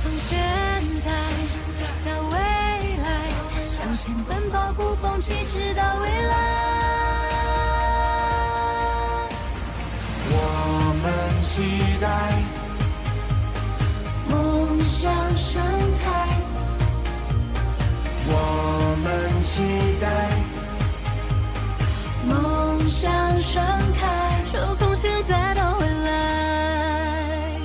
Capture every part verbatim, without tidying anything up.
从现在到未来，向前奔跑不放弃直到未来。 我们期待梦想盛开， 我们期待梦想盛开，就从现在到未来。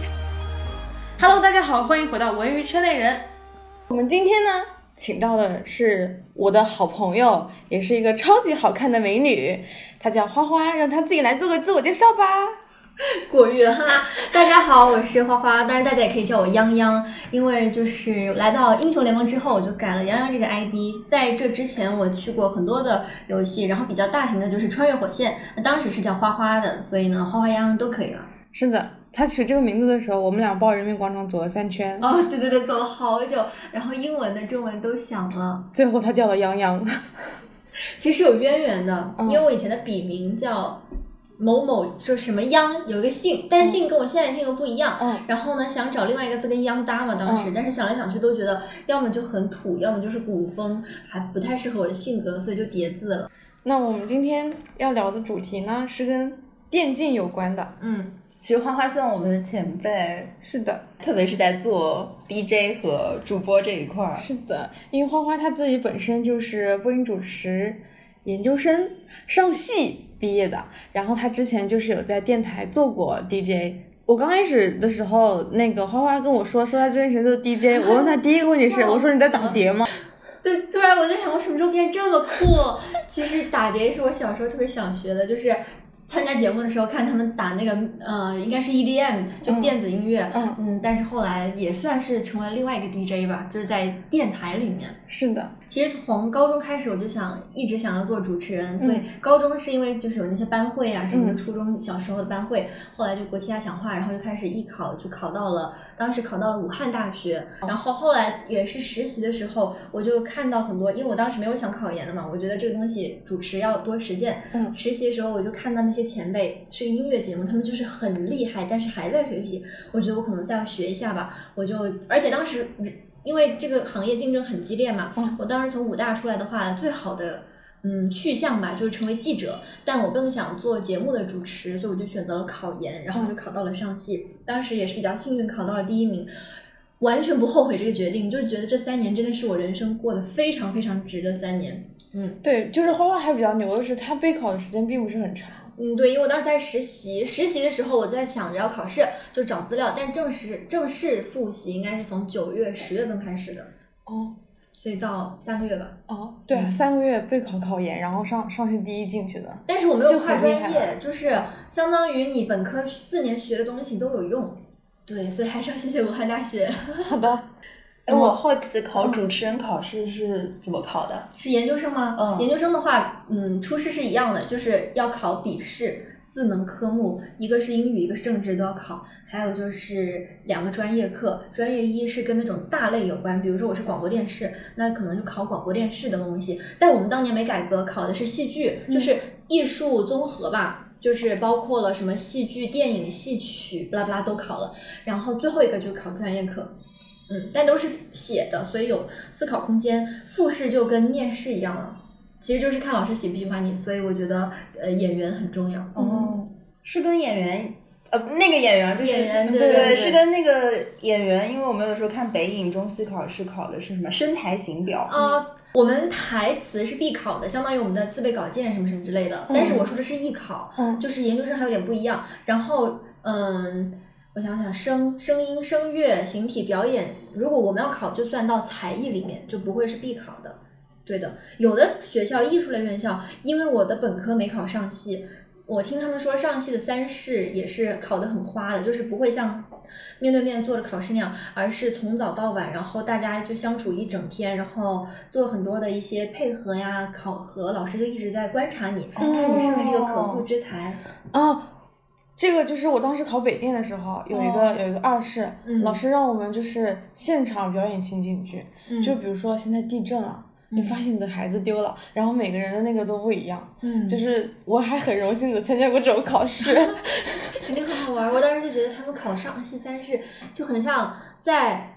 Hello， 大家好，欢迎回到文娱圈内人。我们今天呢，请到的是我的好朋友，也是一个超级好看的美女，她叫花花，让她自己来做个自我介绍吧。 过誉了哈，大家好，我是花花，当然大家也可以叫我泱泱，因为就是来到英雄联盟之后，我就改了泱泱这个 I D。在这之前，我去过很多的游戏，然后比较大型的就是穿越火线，那当时是叫花花的，所以呢，花花泱泱都可以了。 是的，她取这个名字的时候，我们俩抱人民广场走了三圈。 哦，对对对，走了好久，然后英文的、中文都想了， 最后她叫了泱泱。 其实有渊源的， 嗯、 因为我以前的笔名叫。某某说什么央有一个姓，但是姓跟我现在姓又不一样。嗯，然后呢，想找另外一个字跟央搭嘛，当时，嗯、但是想来想去都觉得要么就很土，要么就是古风，还不太适合我的性格，所以就叠字了。 那我们今天要聊的主题呢，是跟电竞有关的。 嗯，其实花花算我们的前辈。 是的， 特别是在做 D J 和主播这一块。 是的，因为花花她自己本身就是播音主持研究生，上戏毕业的，然后他之前就是有在电台做过 D J。 我刚开始的时候，那个花花跟我说说他这段时间做 D J， 我问他第一个问题是我说你在打碟吗？ 对，突然我在想我什么时候变这么酷。其实打碟是我小时候特别想学的，就是参加节目的时候看他们打那个呃，应该是 E D M， 就电子音乐。嗯 嗯, 嗯，但是后来也算是成为另外一个 D J 吧，就是在电台里面。 是的， 其实从高中开始我就想一直想要做主持人，所以高中是因为就是有那些班会啊什么的，初中小时候的班会，后来就国际亚强化，然后就开始艺考，就考到了，当时考到了武汉大学。然后后来也是实习的时候，我就看到很多，因为我当时没有想考研的嘛，我觉得这个东西主持要多实践。嗯，实习的时候我就看到那些前辈是个音乐节目，他们就是很厉害，但是还在学习，我觉得我可能再要学一下吧，我就而且当时。因为这个行业竞争很激烈嘛，嗯、我当时从武大出来的话，最好的嗯去向吧就是成为记者，但我更想做节目的主持，所以我就选择了考研，然后就考到了上戏。嗯、当时也是比较幸运考到了第一名，完全不后悔这个决定，就是觉得这三年真的是我人生过得非常非常值的三年。嗯， 对，就是花花还比较牛的是，她备考的时间并不是很长。 嗯，对，因为我当时在实习，实习的时候我在想着要考试，就找资料，但正式正式复习应该是从九月、十月份开始的。哦，所以到三个月吧。 哦，对、嗯，三个月备考考研，然后上上戏第一进去的。 但是我没有跨专业，就是相当于你本科四年学的东西都有用。对，所以还是要谢谢武汉大学。 好的。 我好奇考主持人考试是怎么考的？ 是研究生吗？嗯，研究生的话，嗯，初试是一样的，就是要考笔试，四门科目，一个是英语，一个是政治都要考，还有就是两个专业课，专业一是跟那种大类有关，比如说我是广播电视，那可能就考广播电视的东西，但我们当年没改革，考的是戏剧，就是艺术综合吧。嗯，就是包括了什么戏剧、电影、戏曲，巴拉巴拉都考了，然后最后一个就是考专业课。嗯，但都是写的，所以有思考空间。复试就跟面试一样了，其实就是看老师喜不喜欢你，所以我觉得呃演员很重要。 哦，是跟演员呃那个演员就是演员对对, 对, 对, 对是跟那个演员，因为我们有时候看北影中戏考试考的是什么声台形表啊、呃，我们台词是必考的，相当于我们的自备稿件什么什么之类的。但是我说的是艺考，嗯，就是研究生还有点不一样。然后嗯。我想想，声声音、声乐、形体、表演，如果我们要考，就算到才艺里面，就不会是必考的。对的，有的学校艺术类院校，因为我的本科没考上戏，我听他们说上戏的三试也是考得很花的，就是不会像面对面做的考试那样，而是从早到晚，然后大家就相处一整天，然后做很多的一些配合呀、考核，老师就一直在观察你，看你是不是一个可塑之才。 哦。这个就是我当时考北电的时候，有一个、哦、有一个二试、嗯，老师让我们就是现场表演情景剧、嗯，就比如说现在地震了，你发现你的孩子丢了，然后每个人的那个都不一样，嗯，就是我还很荣幸的参加过这种考试， 肯定很好玩。我当时就觉得他们考上戏三试就很像在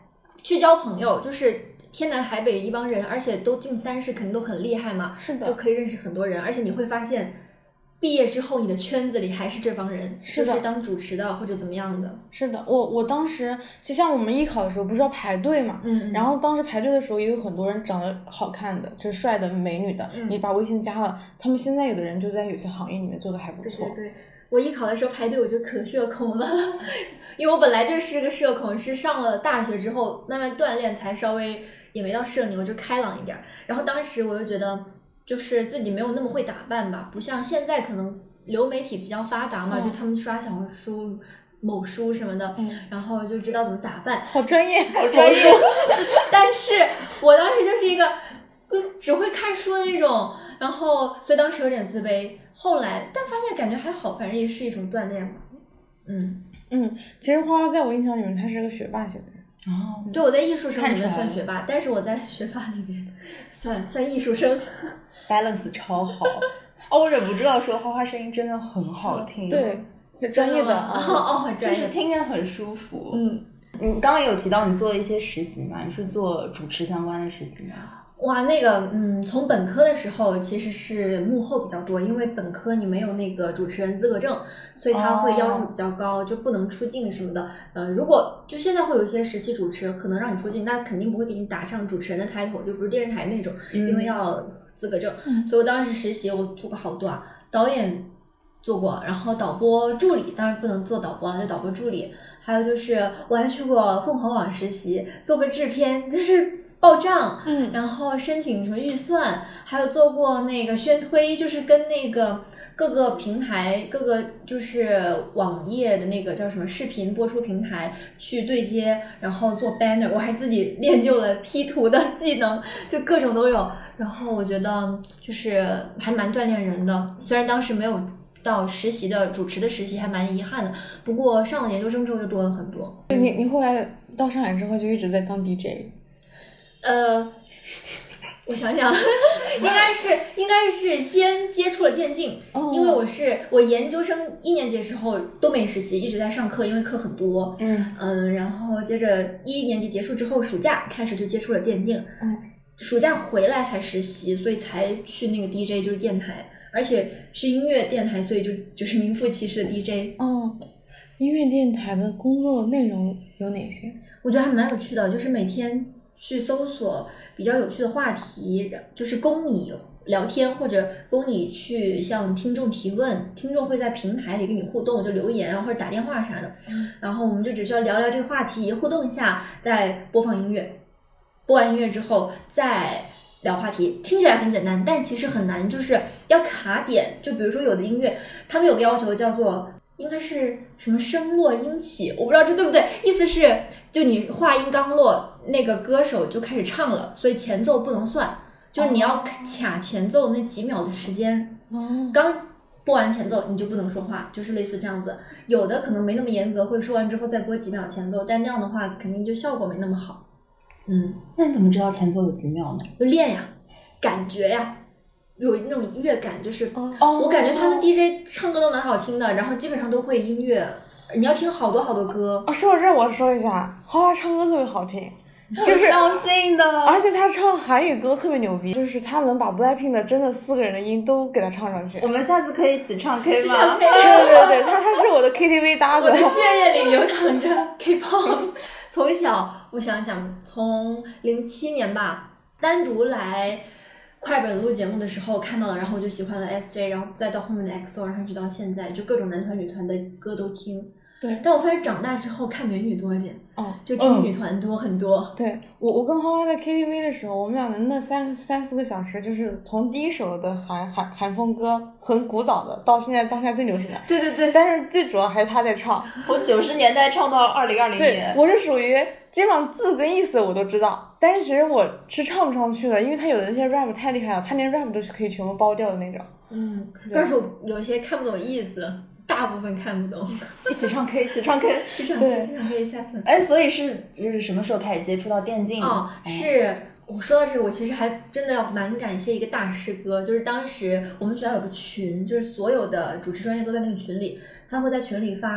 去交朋友，就是天南海北一帮人，而且都进三十，肯定都很厉害嘛， 是的， 就可以认识很多人，而且你会发现。毕业之后，你的圈子里还是这帮人， 是的， 就是当主持的或者怎么样的。 是的，我我当时就像我们艺考的时候，不是要排队嘛， 嗯， 然后当时排队的时候也有很多人长得好看的，就是帅的、美女的， 嗯、 你把微信加了，他们现在有的人就在有些行业里面做的还不错。 对对对，我艺考的时候排队我就可社恐了，因为我本来就是个社恐，是上了大学之后慢慢锻炼才稍微也没到社牛，就开朗一点。然后当时我就觉得，就是自己没有那么会打扮吧，不像现在可能。流媒体比较发达嘛， 嗯、 就他们刷小红书、某书什么的， 嗯、 然后就知道怎么打扮， 好专业， 好专业。 但是我当时就是一个只会看书的那种，然后所以当时有点自卑。后来但发现感觉还好，反正也是一种锻炼嘛。嗯嗯，其实花花在我印象里面，她是个学霸型的人。 哦， 对，我在艺术生里面算学霸，但是我在学霸里面算算艺术生 ，balance 超好。哦，我忍不住要说，花花声音真的很好听。 对，是专业的哦哦，很专业， 就是听着很舒服。 嗯， 你刚刚也有提到你做了一些实习嘛？你是做主持相关的实习吗？ 哇，那个，嗯，从本科的时候其实是幕后比较多，因为本科你没有那个主持人资格证，所以他会要求比较高，哦、就不能出镜什么的。呃，如果就现在会有一些实习主持可能让你出镜，那肯定不会给你打上主持人的 title， 就不是电视台那种，嗯、因为要资格证。 嗯、 所以我当时实习我做过好多啊，导演做过，然后导播助理，当然不能做导播了，就导播助理。还有就是我还去过凤凰网实习，做过制片，就是。报账， 嗯， 然后申请什么预算，还有做过那个宣推，就是跟那个各个平台、各个就是网页的那个叫什么视频播出平台去对接，然后做 banner， 我还自己练就了 P 图的技能，就各种都有。然后我觉得就是还蛮锻炼人的，虽然当时没有到实习的主持的实习，还蛮遗憾的。不过上了研究生之后就多了很多。 你你后来到上海之后就一直在当 D J。 呃，我想想，应该是应该是先接触了电竞， 哦、 因为我是我研究生一年级的时候都没实习，一直在上课，因为课很多。 嗯嗯，然后接着一年级结束之后，暑假开始就接触了电竞。 嗯， 暑假回来才实习，所以才去那个 D J， 就是电台，而且是音乐电台，所以就就是名副其实的 D J。 哦，音乐电台的工作内容有哪些？ 我觉得还蛮有趣的，就是每天。去搜索比较有趣的话题，就是供你聊天或者供你去向听众提问，听众会在平台里跟你互动，就留言啊或者打电话啥的，然后我们就只需要聊聊这个话题，互动一下，再播放音乐，播完音乐之后再聊话题，听起来很简单，但其实很难，就是要卡点。就比如说有的音乐，他们有个要求叫做应该是什么声落音起，我不知道这对不对，意思是就你话音刚落，那个歌手就开始唱了，所以前奏不能算，就是你要卡前奏那几秒的时间， 哦， 刚播完前奏你就不能说话，就是类似这样子。有的可能没那么严格，会说完之后再播几秒前奏，但那样的话肯定就效果没那么好。嗯， 那你怎么知道前奏有几秒呢？ 就练呀，感觉呀，有那种乐感，就是哦， 我感觉他们 D J 唱歌都蛮好听的，然后基本上都会音乐，你要听好多好多歌。 哦，说到这儿我说一下，花花唱歌特别好听，就是相信的， 而且他唱韩语歌特别牛逼，就是他能把 BLACKPINK 的真的四个人的音都给他唱上去。 我们下次可以一起唱 K 吗？ 唱 K， 对对对，他他是我的 K T V 搭子。 我的血液里流淌着 K-pop。从小我想想，从零七年吧，单独来快本录节目的时候看到了，然后我就喜欢了 S J， 然后再到后面的 X O， 然后直到现在，就各种男团女团的歌都听。 对， 但我发现长大之后看美女多一点， 哦， 就听女团多很多。 嗯、对我，我跟花花在 K T V 的时候，我们俩人那三三四个小时，就是从第一首的韩韩韩风歌，很古早的，到现在当下最流行的。 对对对， 但是最主要还是他在唱， 从九十年代唱到二零二零年。 对，我是属于基本上字跟意思我都知道，但是其实我是唱不上去的，因为他有的那些 rap 太厉害了，他连 rap 都是可以全部包掉的那种。 嗯，但是我有一些看不懂意思。大部分看不懂， 一起唱 K， 一起唱 K， 一起唱 K， 一起唱 K， 下次。 哎，所以是就是什么时候开始接触到电竞？ 哦，是我说到这个，我其实还真的要蛮感谢一个大师哥，就是当时我们学校有个群，就是所有的主持专业都在那个群里，他会在群里发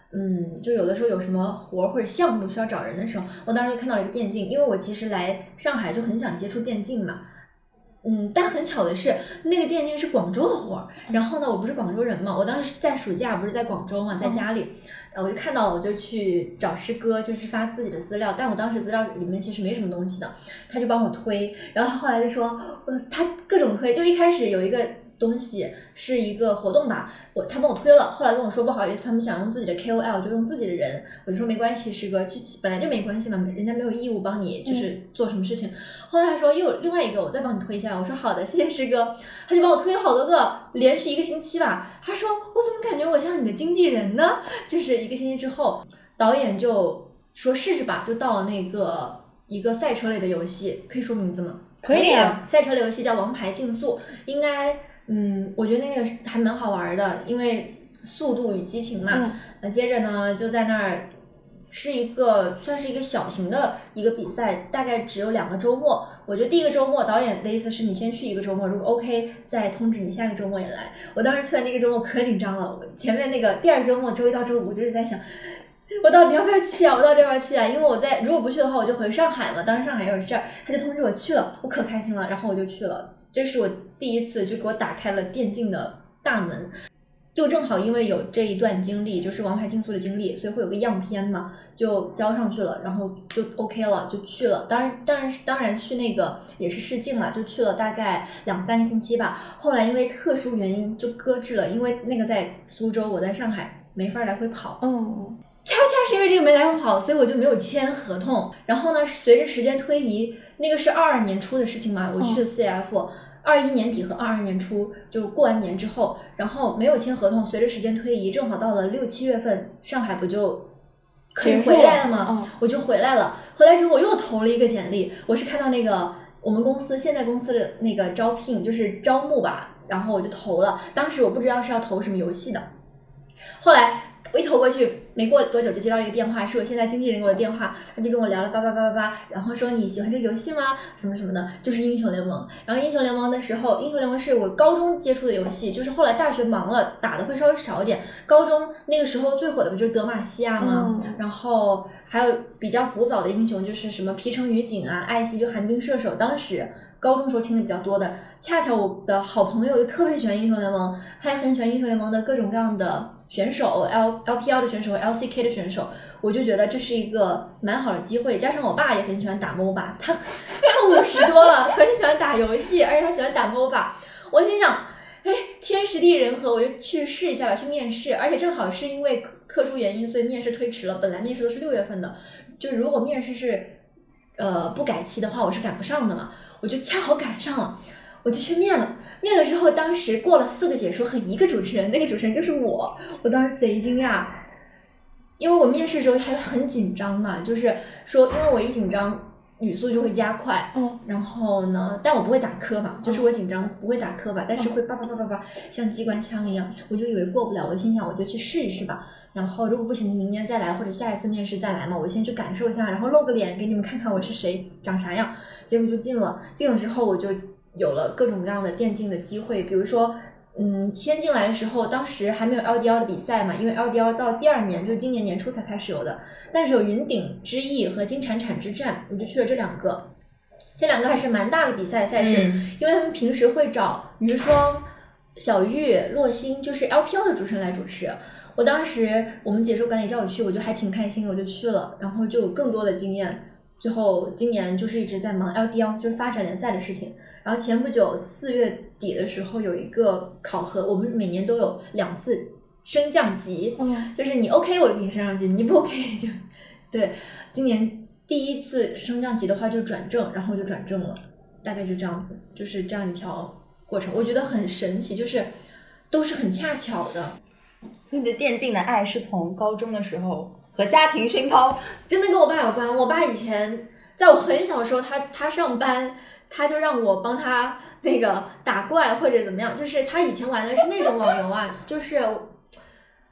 嗯，就有的时候有什么活或者项目需要找人的时候，我当时就看到了一个电竞，因为我其实来上海就很想接触电竞嘛。嗯，但很巧的是，那个电竞是广州的活儿。然后呢，我不是广州人嘛，我当时在暑假不是在广州嘛，在家里，然后我就看到了，我就去找师哥，就是发自己的资料。但我当时资料里面其实没什么东西的，他就帮我推。然后他后来就说，呃，他各种推，就一开始有一个东西是一个活动吧，我他帮我推了，后来跟我说不好意思，他们想用自己的 K O L， 就用自己的人，我就说没关系，师哥，就本来就没关系嘛，人家没有义务帮你就是做什么事情。嗯、后来他说又有另外一个，我再帮你推一下，我说好的，谢谢师哥，他就帮我推了好多个，连续一个星期吧。他说我怎么感觉我像你的经纪人呢？就是一个星期之后，导演就说试试吧，就到了那个一个赛车类的游戏，可以说名字吗？ 可以啊， 赛车类游戏叫《王牌竞速》，应该。嗯，我觉得那个还蛮好玩的，因为速度与激情嘛。嗯。那接着呢，就在那儿是一个算是一个小型的一个比赛，大概只有两个周末。我觉得第一个周末导演的意思是你先去一个周末，如果 OK 再通知你下个周末也来。我当时去了那个周末可紧张了，前面那个第二周末周一到周五就是在想，我到底要不要去啊？我到底要不要去啊？因为我在如果不去的话，我就回上海嘛。当时上海有事儿，他就通知我去了，我可开心了，然后我就去了。这是我第一次就给我打开了电竞的大门，又正好因为有这一段经历，就是王牌竞速的经历，所以会有个样片嘛，就交上去了，然后就 OK 了，就去了。当然，当然，当然去那个也是试镜了，就去了大概两三个星期吧。后来因为特殊原因就搁置了，因为那个在苏州，我在上海，没法来回跑。 嗯。 恰恰是因为这个没来回跑，所以我就没有签合同。然后呢，随着时间推移，那个是二二年初的事情嘛，我去了 C F。二一年底和二二年初就过完年之后，然后没有签合同，随着时间推移，正好到了六七月份，上海不就可以回来了吗？ 嗯、 我就回来了。回来之后我又投了一个简历，我是看到那个我们公司现在公司的那个招聘就是招募吧，然后我就投了。当时我不知道是要投什么游戏的，后来我一投过去，没过多久就接到一个电话，是我现在经纪人给我的电话，他就跟我聊了叭叭叭叭叭，然后说你喜欢这个游戏吗？什么什么的，就是英雄联盟。然后英雄联盟的时候，英雄联盟是我高中接触的游戏，就是后来大学忙了，打的会稍微少一点。高中那个时候最火的不就是德玛西亚吗？嗯、然后还有比较古早的英雄，就是什么皮城女警啊、艾希就寒冰射手，当时高中时候听的比较多的。恰巧我的好朋友就特别喜欢英雄联盟，他也很喜欢英雄联盟的各种各样的选手 L LPL 的选手 L C K 的选手，我就觉得这是一个蛮好的机会。加上我爸也很喜欢打 M O B A， 他他五十多了，很喜欢打游戏，而且他喜欢打 M O B A。我心想，哎，天时地利人和，我就去试一下吧，去面试。而且正好是因为特殊原因，所以面试推迟了。本来面试都是六月份的，就如果面试是呃不改期的话，我是赶不上的嘛。我就恰好赶上了，我就去面了。面了之后，当时过了四个解说和一个主持人，那个主持人就是我，我当时贼惊讶，因为我面试的时候还很紧张嘛，就是说，因为我一紧张语速就会加快， 嗯， 然后呢，但我不会打磕巴，就是我紧张不会打磕巴，但是会叭叭叭叭叭像机关枪一样，我就以为过不了，我心想我就去试一试吧，然后如果不行，明年再来或者下一次面试再来嘛，我先去感受一下，然后露个脸给你们看看我是谁，长啥样，结果就进了，进了之后我就有了各种各样的电竞的机会，比如说，嗯，先进来的时候，当时还没有 L D L 的比赛嘛，因为 L D L 到第二年，就是今年年初才开始有的。但是有云顶之弈和金铲铲之战，我就去了这两个，这两个还是蛮大的比赛赛事，嗯、因为他们平时会找余霜、小玉、洛星，就是 L P L 的主持人来主持。我当时我们解说管理叫我去，我就还挺开心，我就去了，然后就有更多的经验。最后今年就是一直在忙 L D L， 就是发展联赛的事情。然后前不久四月底的时候有一个考核，我们每年都有两次升降级， 嗯， 就是你 OK 我就给你升上去，你不 OK 就对。今年第一次升降级的话就转正，然后就转正了，大概就这样子，就是这样一条过程，我觉得很神奇，就是都是很恰巧的。 所以你对电竞的爱是从高中的时候和家庭熏陶， 真的跟我爸有关。我爸以前在我很小的时候，他他上班。他就让我帮他那个打怪或者怎么样，就是他以前玩的是那种网游啊，就是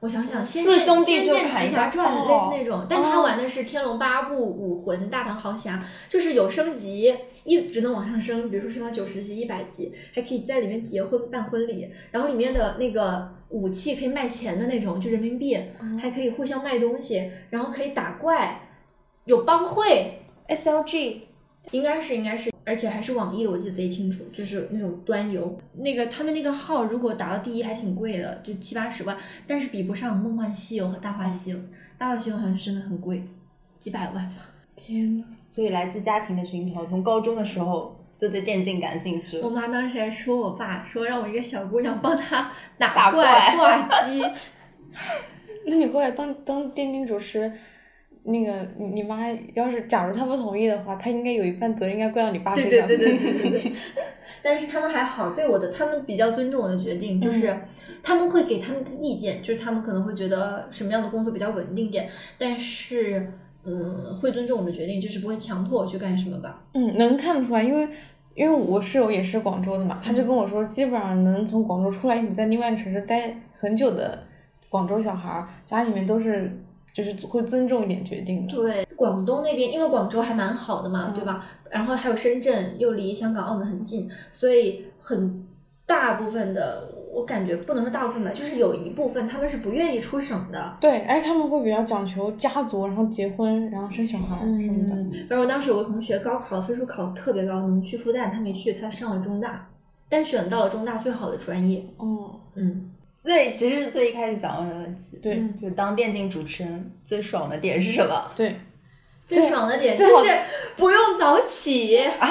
我想想，仙四兄弟仙剑就砍一奇侠传炮类似那种，但他玩的是天龙八部、武魂、大唐豪侠，就是有升级，一直能往上升，比如说升到九十级、一百级，还可以在里面结婚办婚礼，然后里面的那个武器可以卖钱的那种，就人民币， 嗯还可以互相卖东西，然后可以打怪，有帮会 S L G。 应该是应该是，而且还是网易的，我记得贼清楚，就是那种端游。那个他们那个号如果打到第一还挺贵的，就七八十万，但是比不上《梦幻西游》和《大话西游》。《大话西游》好像真的很贵，几百万吧。 天呐， 所以来自家庭的熏陶，从高中的时候就对电竞感兴趣了。 我妈当时还说我爸说让我一个小姑娘帮她打打怪挂机。 那你后来当当电竞主持，那个你你妈要是假如她不同意的话，她应该有一半责任应该怪到你爸身上。 对对对对对对对。但是他们还好，对我的他们比较尊重我的决定，就是、嗯、他们会给他们的意见，就是他们可能会觉得什么样的工作比较稳定点，但是嗯会尊重我的决定，就是不会强迫我去干什么吧。 嗯，能看得出来，因为因为我室友也是广州的嘛，他就跟我说，基本上能从广州出来，你在另外一个城市待很久的广州小孩，家里面都是。就是会尊重一点决定的。 对，广东那边因为广州还蛮好的嘛， 嗯、 对吧？然后还有深圳，又离香港、澳门很近，所以很大部分的，我感觉不能说大部分吧，就是有一部分他们是不愿意出省的。 对，而且他们会比较讲求家族，然后结婚，然后生小孩什么的。 嗯，反正我当时有个同学高考分数考得特别高，能去复旦，他没去，他上了中大，但选到了中大最好的专业。 哦， 嗯。 对，其实是最一开始想问的问题。 对， 就当电竞主持人最爽的点是什么？ 对， 最爽的点就是不用早起啊。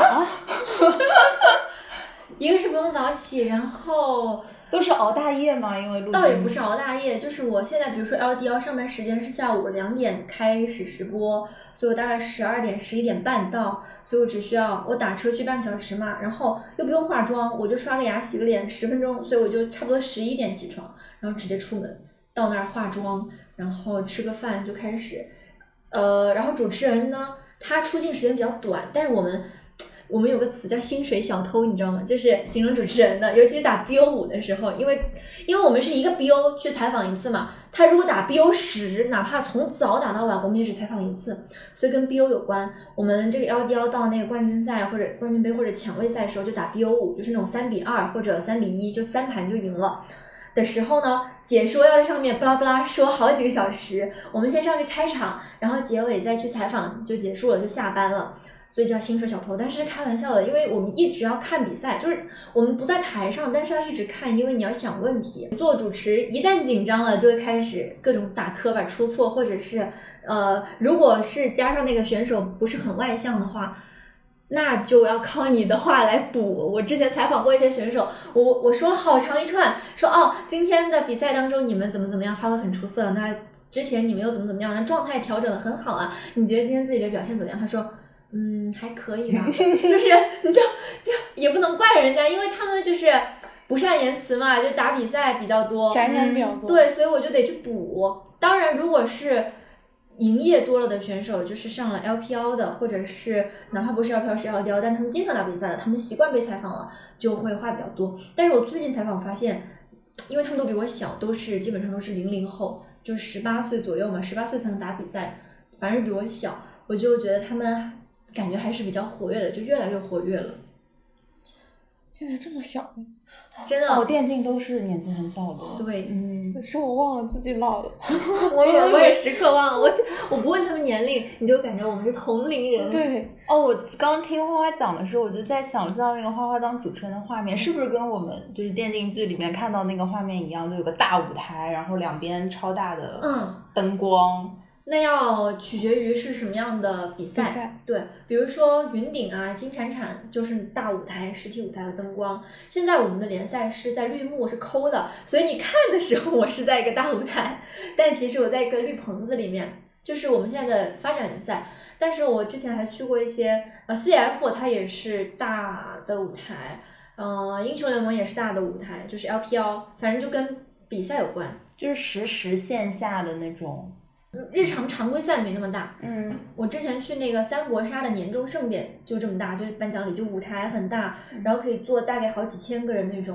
一个是不用早起，然后都是熬大夜吗？因为录倒也不是熬大夜，就是我现在比如说 L D L 上班时间是下午两点开始直播，所以我大概十二点十一点半到，所以我只需要我打车去半个小时嘛，然后又不用化妆，我就刷个牙洗个脸十分钟，所以我就差不多十一点起床，然后直接出门到那儿化妆，然后吃个饭就开始，呃，然后主持人呢，他出镜时间比较短，但是我们。我们有个词叫薪水小偷，你知道吗？就是形容主持人的，尤其是打 B O 五的时候，因为因为我们是一个 B O 去采访一次嘛，他如果打 B O 十，哪怕从早打到晚，我们也只采访一次，所以跟 B O 有关。我们这个 L D L 到那个冠军赛或者冠军杯或者抢位赛的时候，就打 B O 五，就是那种三比二或者三比一，就三盘就赢了的时候呢，解说要在上面巴拉巴拉说好几个小时，我们先上去开场，然后结尾再去采访就结束了，就下班了。所以叫薪水小偷，但是开玩笑的，因为我们一直要看比赛，就是我们不在台上，但是要一直看，因为你要想问题。做主持一旦紧张了，就会开始各种打磕巴出错，或者是呃，如果是加上那个选手不是很外向的话，那就要靠你的话来补。我之前采访过一些选手，我我说了好长一串，说哦，今天的比赛当中你们怎么怎么样，发挥很出色，那之前你们又怎么怎么样，那状态调整的很好啊，你觉得今天自己的表现怎么样？他说。嗯，还可以吧，就是你就就也不能怪人家，因为他们就是不善言辞嘛，就打比赛比较多， 宅男比较多， 对，所以我就得去补。当然，如果是营业多了的选手，就是上了 L P L 的，或者是哪怕不是 L P L 是 L D L， 但他们经常打比赛了，他们习惯被采访了，就会话比较多。但是我最近采访发现，因为他们都比我小，都是基本上都是零零后，就十八岁左右嘛，十八岁才能打比赛，反正比我小，我就觉得他们。感觉还是比较活跃的，就越来越活跃了。 现在这么小吗？ 真的， 哦，电竞都是年纪很小的。 对， 嗯， 是我忘了自己老了。 我也我也时刻忘了，我我不问他们年龄，你就感觉我们是同龄人。 对， 哦，我刚听花花讲的时候，我就在想象那个花花当主持人的画面，是不是跟我们就是电竞剧里面看到那个画面一样，就有个大舞台，然后两边超大的嗯灯光。 那要取决于是什么样的比赛， 比赛对，比如说云顶啊、金铲铲就是大舞台、实体舞台和灯光。现在我们的联赛是在绿幕是抠的，所以你看的时候我是在一个大舞台，但其实我在一个绿棚子里面，就是我们现在的发展联赛。但是我之前还去过一些呃 C F， 它也是大的舞台，呃英雄联盟也是大的舞台，就是 L P L， 反正就跟比赛有关， 就是实时线下的那种。 日常常规赛没那么大， 嗯， 我之前去那个三国杀的年终盛典就这么大，就是颁奖礼就舞台很大，然后可以坐大概好几千个人那种，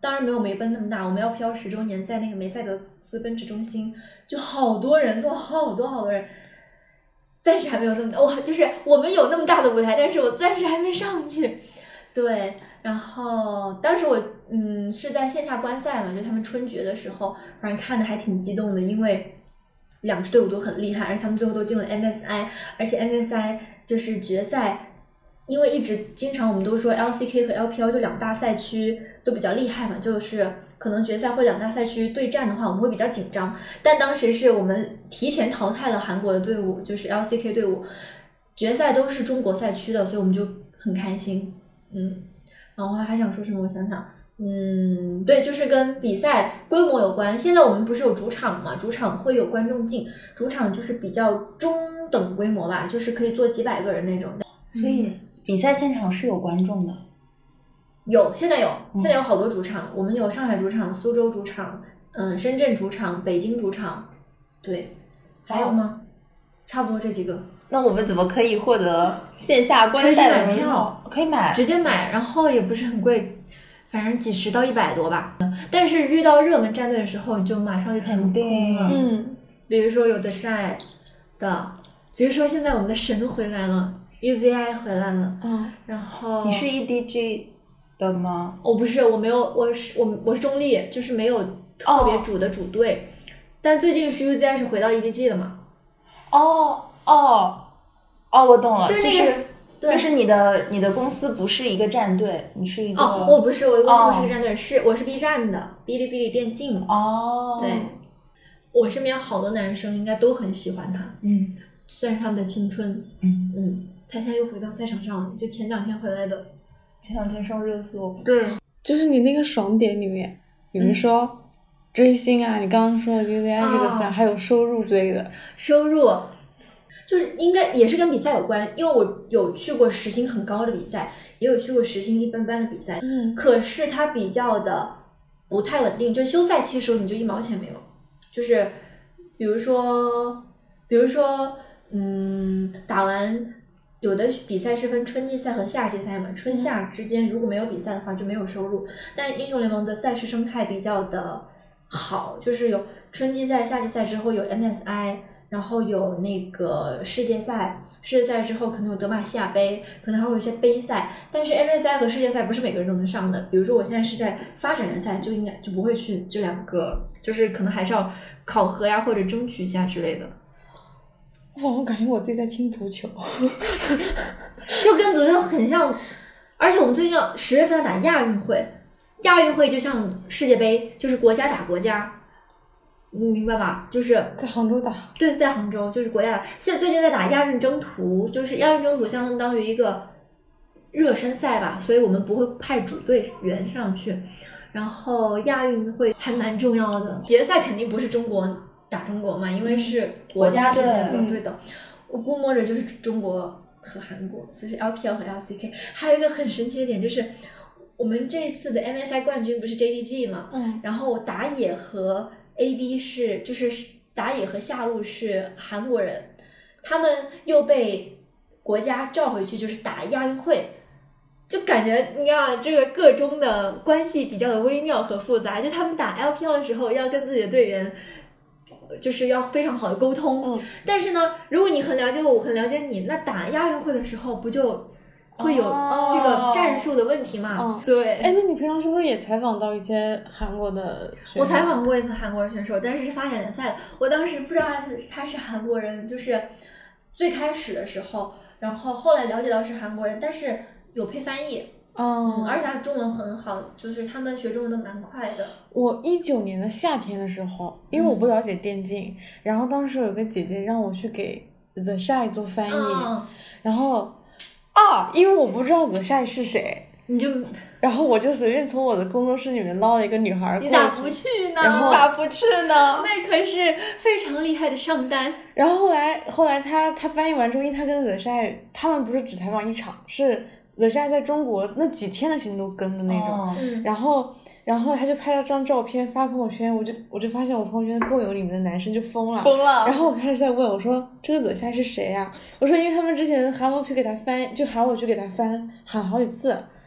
当然没有梅奔那么大，我们 L P L 十周年在那个梅赛德斯奔驰中心，就好多人坐，好多好多人。暂时还没有那么大，我就是我们有那么大的舞台，但是我暂时还没上去。对，然后当时我嗯是在线下观赛嘛，就他们春决的时候，反正看的还挺激动的，因为两支队伍都很厉害，而且他们最后都进了 M S I， 而且 M S I 就是决赛。因为一直经常我们都说 L C K 和 L P L 就两大赛区都比较厉害嘛，就是可能决赛或两大赛区对战的话，我们会比较紧张。但当时是我们提前淘汰了韩国的队伍，就是 L C K 队伍，决赛都是中国赛区的，所以我们就很开心。嗯，然后还想说什么？我想想，嗯，对，就是跟比赛规模有关。现在我们不是有主场嘛，主场会有观众进，主场就是比较中等规模吧，就是可以坐几百个人那种。 所以比赛现场是有观众的， 有，现在有，现在有好多主场，嗯、我们有上海主场、苏州主场、嗯，深圳主场、北京主场，对，还有吗？哦、差不多这几个。 那我们怎么可以获得线下观赛的荣耀？可以买， 直接买，然后也不是很贵，反正几十到一百多吧。但是遇到热门战队的时候，你就马上就抢空了。 嗯， 比如说有的晒的，比如说现在我们的神回来了。U Z I 回来了， 嗯， 然后你是 E D G 的吗？ 我不是，我没有，我是我我是中立，就是没有特别主的主队，哦、但最近是 U Z I 是回到 E D G 了嘛？ 哦哦哦，我懂了， 就是那个， 就是就是你的你的公司不是一个战队，你是一个哦，我不是，我的公司不是一个战队，哦、是我是 B 站的，哔哩哔哩电竞哦， 对，我身边好多男生应该都很喜欢他， 嗯， 算是他们的青春， 嗯嗯。他现在又回到赛场上了，就前两天回来的， 前两天上热搜。 对， 就是你那个爽点里面，有人说、嗯、追星啊，你刚刚说的 U Z I 这个算、哦，还有收入之类的。 收入就是应该也是跟比赛有关，因为我有去过时薪很高的比赛，也有去过时薪一般般的比赛， 嗯， 可是它比较的不太稳定，就是休赛期的时候你就一毛钱没有，就是比如说，比如说，嗯，打完。有的比赛是分春季赛和夏季赛嘛，春夏之间如果没有比赛的话就没有收入。但英雄联盟的赛事生态比较的好，就是有春季赛、夏季赛之后有 M S I， 然后有那个世界赛，世界赛之后可能有德玛西亚杯，可能还会有一些杯赛。但是 M S I 和世界赛不是每个人都能上的，比如说我现在是在发展人赛，就应该就不会去这两个，就是可能还是要考核呀或者争取一下之类的。 哇，我感觉我自己在听足球， 就跟足球很像，而且我们最近要十月份要打亚运会，亚运会就像世界杯，就是国家打国家，你明白吧？就是在杭州打， 对，在杭州就是国家打。现在最近在打亚运征途，就是亚运征途相当于一个热身赛吧，所以我们不会派主队员上去。然后亚运会还蛮重要的，决赛肯定不是中国。打中国嘛，因为是国家队，嗯，对的。我估摸着就是中国和韩国，就是 L P L 和 L C K。还有一个很神奇的点就是，我们这次的 M S I 冠军不是 J D G 嘛， 嗯， 然后打野和 A D 是就是打野和下路是韩国人，他们又被国家召回去，就是打亚运会。就感觉你看这个个中的关系比较的微妙和复杂，就他们打 L P L 的时候要跟自己的队员。就是要非常好的沟通， 嗯， 但是呢，如果你很了解我，我很了解你，那打亚运会的时候不就会有这个战术的问题嘛？ 哦、 对。 哎，那你平常是不是也采访到一些韩国的选手？ 我采访过一次韩国选手，但是是发展联赛的。我当时不知道他是他是韩国人，就是最开始的时候，然后后来了解到是韩国人，但是有配翻译。 嗯, 嗯，而且他中文很好，就是他们学中文都蛮快的。 我一九年的夏天的时候，因为我不了解电竞，嗯、然后当时有个姐姐让我去给 The Shy 做翻译， 嗯、 然后啊，因为我不知道 The Shy 是谁， 你就， 然后我就随便从我的工作室里面捞了一个女孩过去， 你咋不去呢？ 然后咋不去呢？ 那可是非常厉害的上单。 然后后来后来他他翻译完之后，因为他跟 The Shy 他们不是只采访一场，是。The Shy 在中国那几天的行都跟的那种， 哦嗯、 然后然后他就拍了张照片发朋友圈，我就我就发现我朋友圈的共有里面的男生就疯了， 疯了。 然后我开始在问我说这个 The Shy 是谁啊？我说因为他们之前喊我去给他翻，就喊我去给他翻，喊好几次，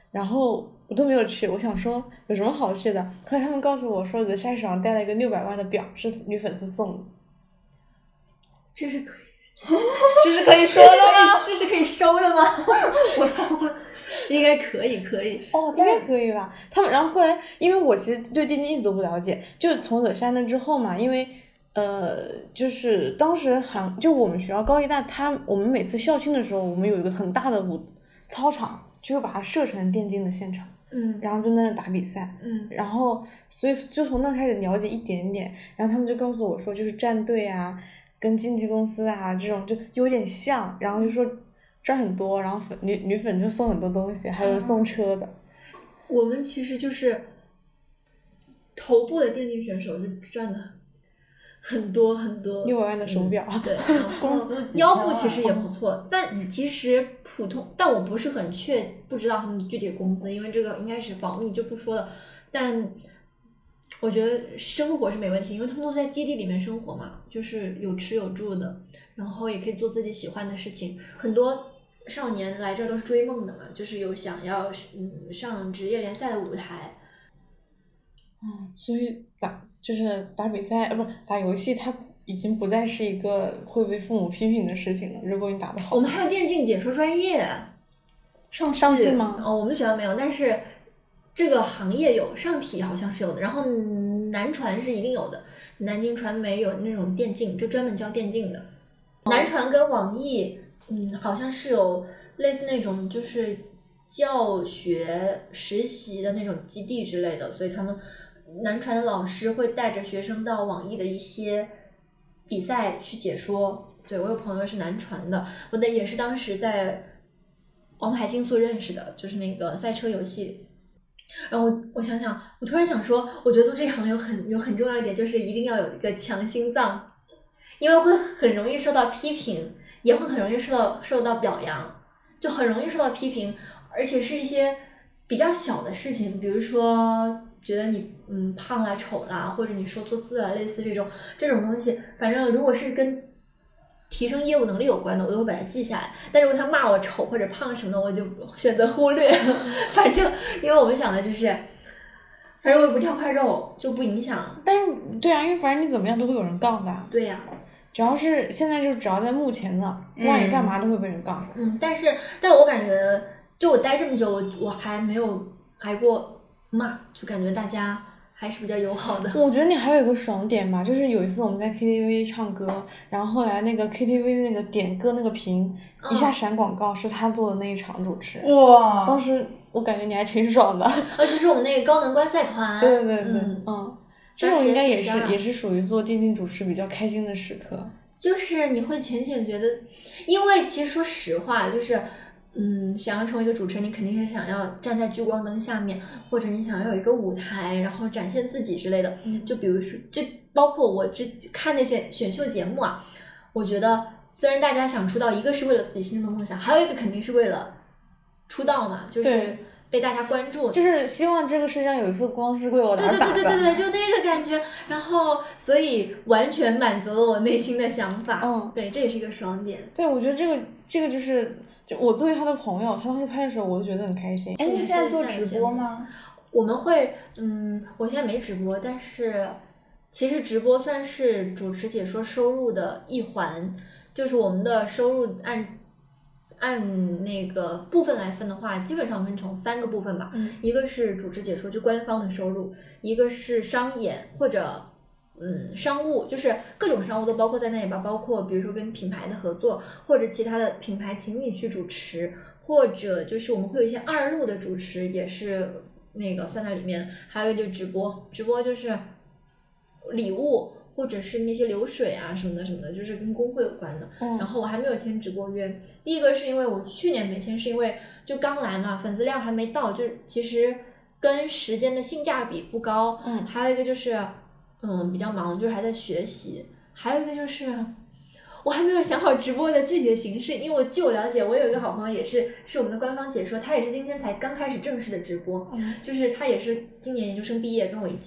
然后我都没有去，我想说有什么好去的，后来他们告诉我说，The 夏手上带了一个六百万的表，是女粉丝送的。 这是可以， 这是可以说的吗？ 这是可以收的吗？我想应该可以，可以。 哦，应该可以吧？他们然后后来，因为我其实对电竞一直都不了解，就从 The 夏那之后嘛，因为呃，就是当时韩就我们学校高一大，他我们每次校庆的时候，我们有一个很大的舞操场，就是把它设成电竞的现场。 嗯， 然后就在那打比赛， 嗯， 然后所以就从那开始了解一点点，然后他们就告诉我说，就是战队啊，跟经纪公司啊这种就有点像，然后就说赚很多，然后粉女女粉就送很多东西，还有送车的。 我们其实就是头部的电竞选手就赚的很多很多， 六百万的手表， 嗯、对， 工资几千腰万部其实也不错，但其实普通，但我不是很确不知道他们的具体工资，因为这个应该是保密就不说了。但我觉得生活是没问题，因为他们都在基地里面生活嘛，就是有吃有住的，然后也可以做自己喜欢的事情。很多少年来这都是追梦的嘛，就是有想要嗯上职业联赛的舞台。 嗯，所以打就是打比赛，呃，不打游戏，它已经不再是一个会被父母批评的事情了。如果你打得好， 我们还有电竞解说专业， 上上戏吗？ 哦，我们学校没有，但是这个行业有，上体好像是有的。然后南传是一定有的，南京传媒有那种电竞，就专门教电竞的。哦、南传跟网易，嗯，好像是有类似那种就是教学实习的那种基地之类的，所以他们。南传的老师会带着学生到网易的一些比赛去解说。对，我有朋友是南传的，我的也是当时在王牌竞速认识的，就是那个赛车游戏。然后我我想想，我突然想说，我觉得做这行有很有很重要一点，就是一定要有一个强心脏，因为会很容易受到批评，也会很容易受到受到表扬，就很容易受到批评，而且是一些比较小的事情，比如说。觉得你嗯胖啦、丑啦，或者你说错字啊，类似这种这种东西，反正如果是跟提升业务能力有关的，我都会把它记下来。但如果他骂我丑或者胖什么的，我就选择忽略。反正因为我们想的就是，反正我也不挑块肉，就不影响。 但是对啊，因为反正你怎么样都会有人杠的。 对呀、啊， 只要是现在就只要在目前的，不管你干嘛都会被人杠。 嗯，但是但我感觉，就我待这么久，我我还没有挨过。骂就感觉大家还是比较友好的。 我觉得你还有一个爽点吧，就是有一次我们在 K T V 唱歌，然后后来那个 K T V 那个点歌那个屏、嗯、一下闪广告，是他做的那一场主持。 哇！ 当时我感觉你还挺爽的。 而且是我们那个高能观赛团。 对对对，嗯，嗯这种应该也是也是属于做电竞主持比较开心的时刻。 就是你会浅浅觉得，因为其实说实话，就是。嗯，想要成为一个主持人，你肯定是想要站在聚光灯下面，或者你想要有一个舞台，然后展现自己之类的。就比如说，就包括我之看那些选秀节目啊，我觉得虽然大家想出道，一个是为了自己心中的梦想，还有一个肯定是为了出道嘛，就是被大家关注， 就是希望这个世界上有一束光是为我而打的。 对对对对对，就那个感觉。然后，所以完全满足了我内心的想法。 嗯， 对，这也是一个爽点。 对，我觉得这个这个就是。就我作为他的朋友，他当时拍的时候，我就觉得很开心。 哎，你现在做直播吗？ 我们会，嗯，我现在没直播，但是其实直播算是主持解说收入的一环，就是我们的收入按按那个部分来分的话，基本上分成三个部分吧。 嗯， 一个是主持解说，就官方的收入；一个是商演或者。嗯，商务就是各种商务都包括在内吧，包括比如说跟品牌的合作，或者其他的品牌请你去主持，或者就是我们会有一些二路的主持，也是那个算在里面。还有一个就是直播，直播就是礼物或者是那些流水啊什么的什么的，就是跟工会有关的。 嗯， 然后我还没有签直播约，第一个是因为我去年没签，是因为就刚来嘛，粉丝量还没到，就其实跟时间的性价比不高。 嗯， 还有一个就是。嗯，比较忙，就是还在学习。还有一个就是，我还没有想好直播的具体的形式，因为我据我了解，我有一个好朋友也是是我们的官方解说，他也是今天才刚开始正式的直播， 嗯， 就是他也是今年研究生毕业，跟我一届，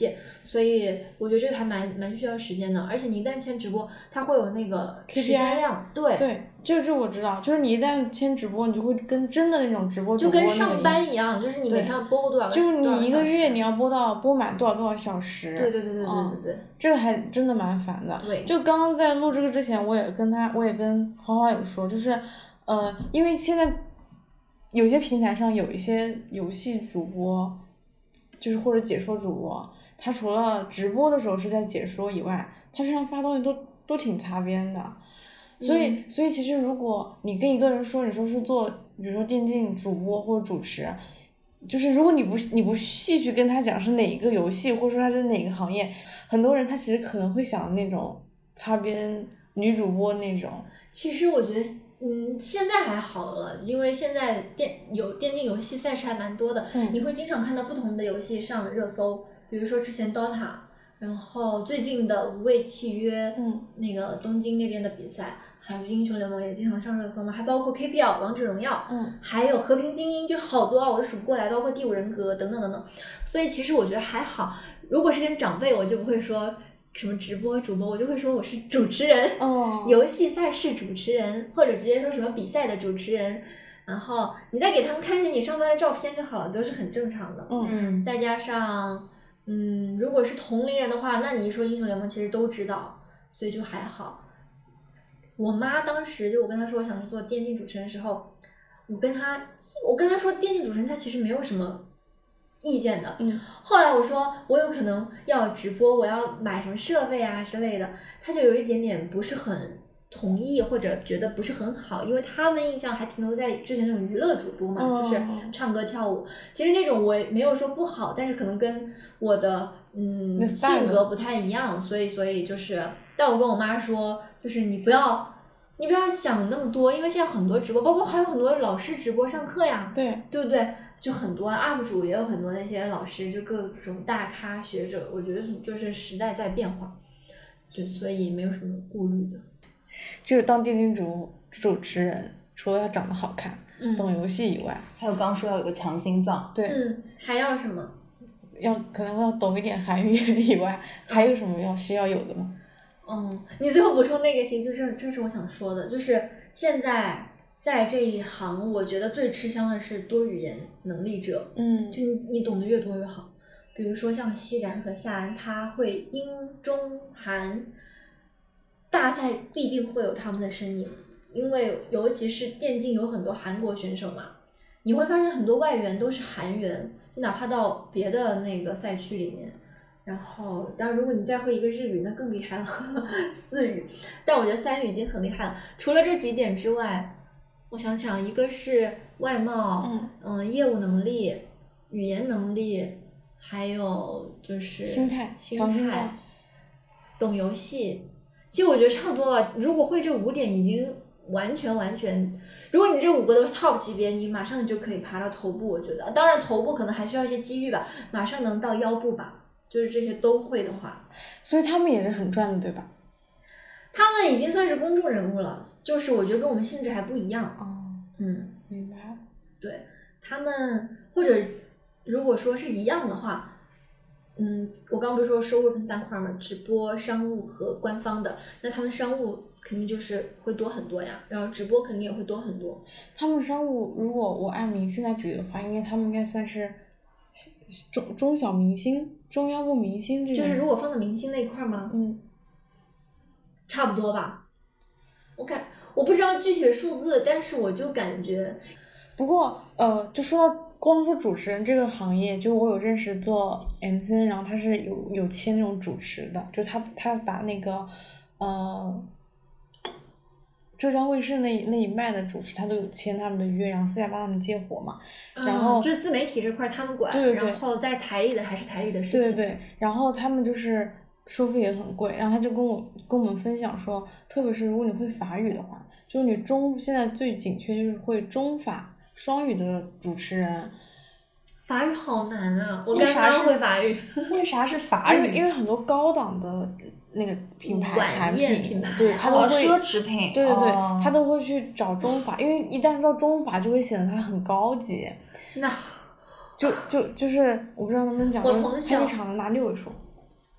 所以我觉得这个还蛮蛮需要时间的，而且你一旦签直播，它会有那个 K 时 P I 间量，对对，这个这个我知道，就是你一旦签直播，你就会跟真的那种直播主就跟播那个上班一样，就是你每天要播过多少个， 就是你一个月你要要播到播满多少多少小时。 对对对对对嗯、 对对， 这个还真的蛮烦的。 对， 就刚刚在录这个之前，我也跟他，我也跟花花有说，就是呃，因为现在有些平台上有一些游戏主播，就是或者解说主播，他除了直播的时候是在解说以外，他平常发东西都都挺擦边的。所以， 嗯、 所以其实如果你跟一个人说，你说是做，比如说电竞主播或者主持，就是如果你不你不细去跟他讲是哪个游戏，或者说他是哪个行业，很多人他其实可能会想那种擦边女主播那种。 其实我觉得，嗯，现在还好了，因为现在电有电竞游戏赛事还蛮多的， 嗯、 你会经常看到不同的游戏上热搜，比如说之前 Dota， 然后最近的无畏契约， 嗯， 那个东京那边的比赛。还有英雄联盟也经常上热搜嘛，还包括 K P L 王者荣耀， 嗯， 还有和平精英，就好多啊，我都数不过来，包括第五人格等等等等。所以其实我觉得还好，如果是跟长辈，我就不会说什么直播主播，我就会说我是主持人， 哦， 游戏赛事主持人，或者直接说什么比赛的主持人。然后你再给他们看一下你上班的照片就好了，都是很正常的。 嗯， 再加上，嗯，如果是同龄人的话，那你一说英雄联盟，其实都知道，所以就还好。我妈当时就我跟她说我想去做电竞主持人的时候，我跟她我跟她说电竞主持人她其实没有什么意见的。 嗯。 后来我说我有可能要直播，我要买什么设备啊之类的，她就有一点点不是很同意，或者觉得不是很好，因为他们印象还停留在之前那种娱乐主播嘛， 哦、 就是唱歌跳舞。其实那种我也没有说不好，但是可能跟我的嗯性格不太一样，所以所以就是，但我跟我妈说，就是你不要你不要想那么多，因为现在很多直播，包括还有很多老师直播上课呀， 对对不对？就很多 U P 主也有很多那些老师，就各种大咖学者，我觉得就是时代在变化，对，所以没有什么顾虑的。 就是当电竞主主持人，除了要长得好看、 嗯、 懂游戏以外， 还有刚说要有个强心脏， 对， 嗯，还要什么？ 要可能要懂一点韩语以外，还有什么要需要有的吗？ 嗯，你最后补充那个题，就是这是我想说的，就是现在在这一行，我觉得最吃香的是多语言能力者， 嗯， 就你你懂得越多越好。比如说像西然和夏安，他会英中韩。大赛必定会有他们的身影，因为尤其是电竞有很多韩国选手嘛，你会发现很多外援都是韩援，就哪怕到别的那个赛区里面。然后当然如果你再会一个日语那更厉害了，四语，但我觉得三语已经很厉害了。除了这几点之外，我想想，一个是外貌， 嗯、 呃、业务能力、语言能力，还有就是心态心态心态懂游戏。其实我觉得差不多了，如果会这五点已经完全完全，如果你这五个都是 top 级别，你马上就可以爬到头部，我觉得。当然头部可能还需要一些机遇吧，马上能到腰部吧，就是这些都会的话。 所以他们也是很赚的，对吧？ 他们已经算是公众人物了，就是我觉得跟我们性质还不一样。 哦， 嗯， 明白。 对，他们或者如果说是一样的话。嗯，我刚不是说收入分三块嘛，直播、商务和官方的，那他们商务肯定就是会多很多呀，然后直播肯定也会多很多。 他们商务如果我按明星来比的话，应该他们应该算是中中小明星、中央部明星这种。 就是如果放到明星那一块吗？ 嗯， 差不多吧。我感我不知道具体的数字，但是我就感觉。 不过呃，就说到。光说主持人这个行业，就我有认识做 M C N， 然后他是有有签那种主持的，就他他把那个呃浙江卫视那那一脉的主持，他都有签他们的约，然后私下帮他们接活嘛。 嗯、 然后就是自媒体这块他们管， 对对对， 然后在台里的还是台里的事情。 对对对，然后他们就是收费也很贵，然后他就跟我跟我们分享说，特别是如果你会法语的话，就是你中现在最紧缺就是会中法。双语的主持人， 法语好难啊！我刚刚会法语， 为啥是法语？ 因为因为很多高档的那个品牌产品， 品牌对，他都会、 哦、奢侈品， 对对对， 哦、 他都会去找中法，因为一旦到中法就会显得它很高级。 那就就就是我不知道能不能讲， 我从小菜市场的拿六位数。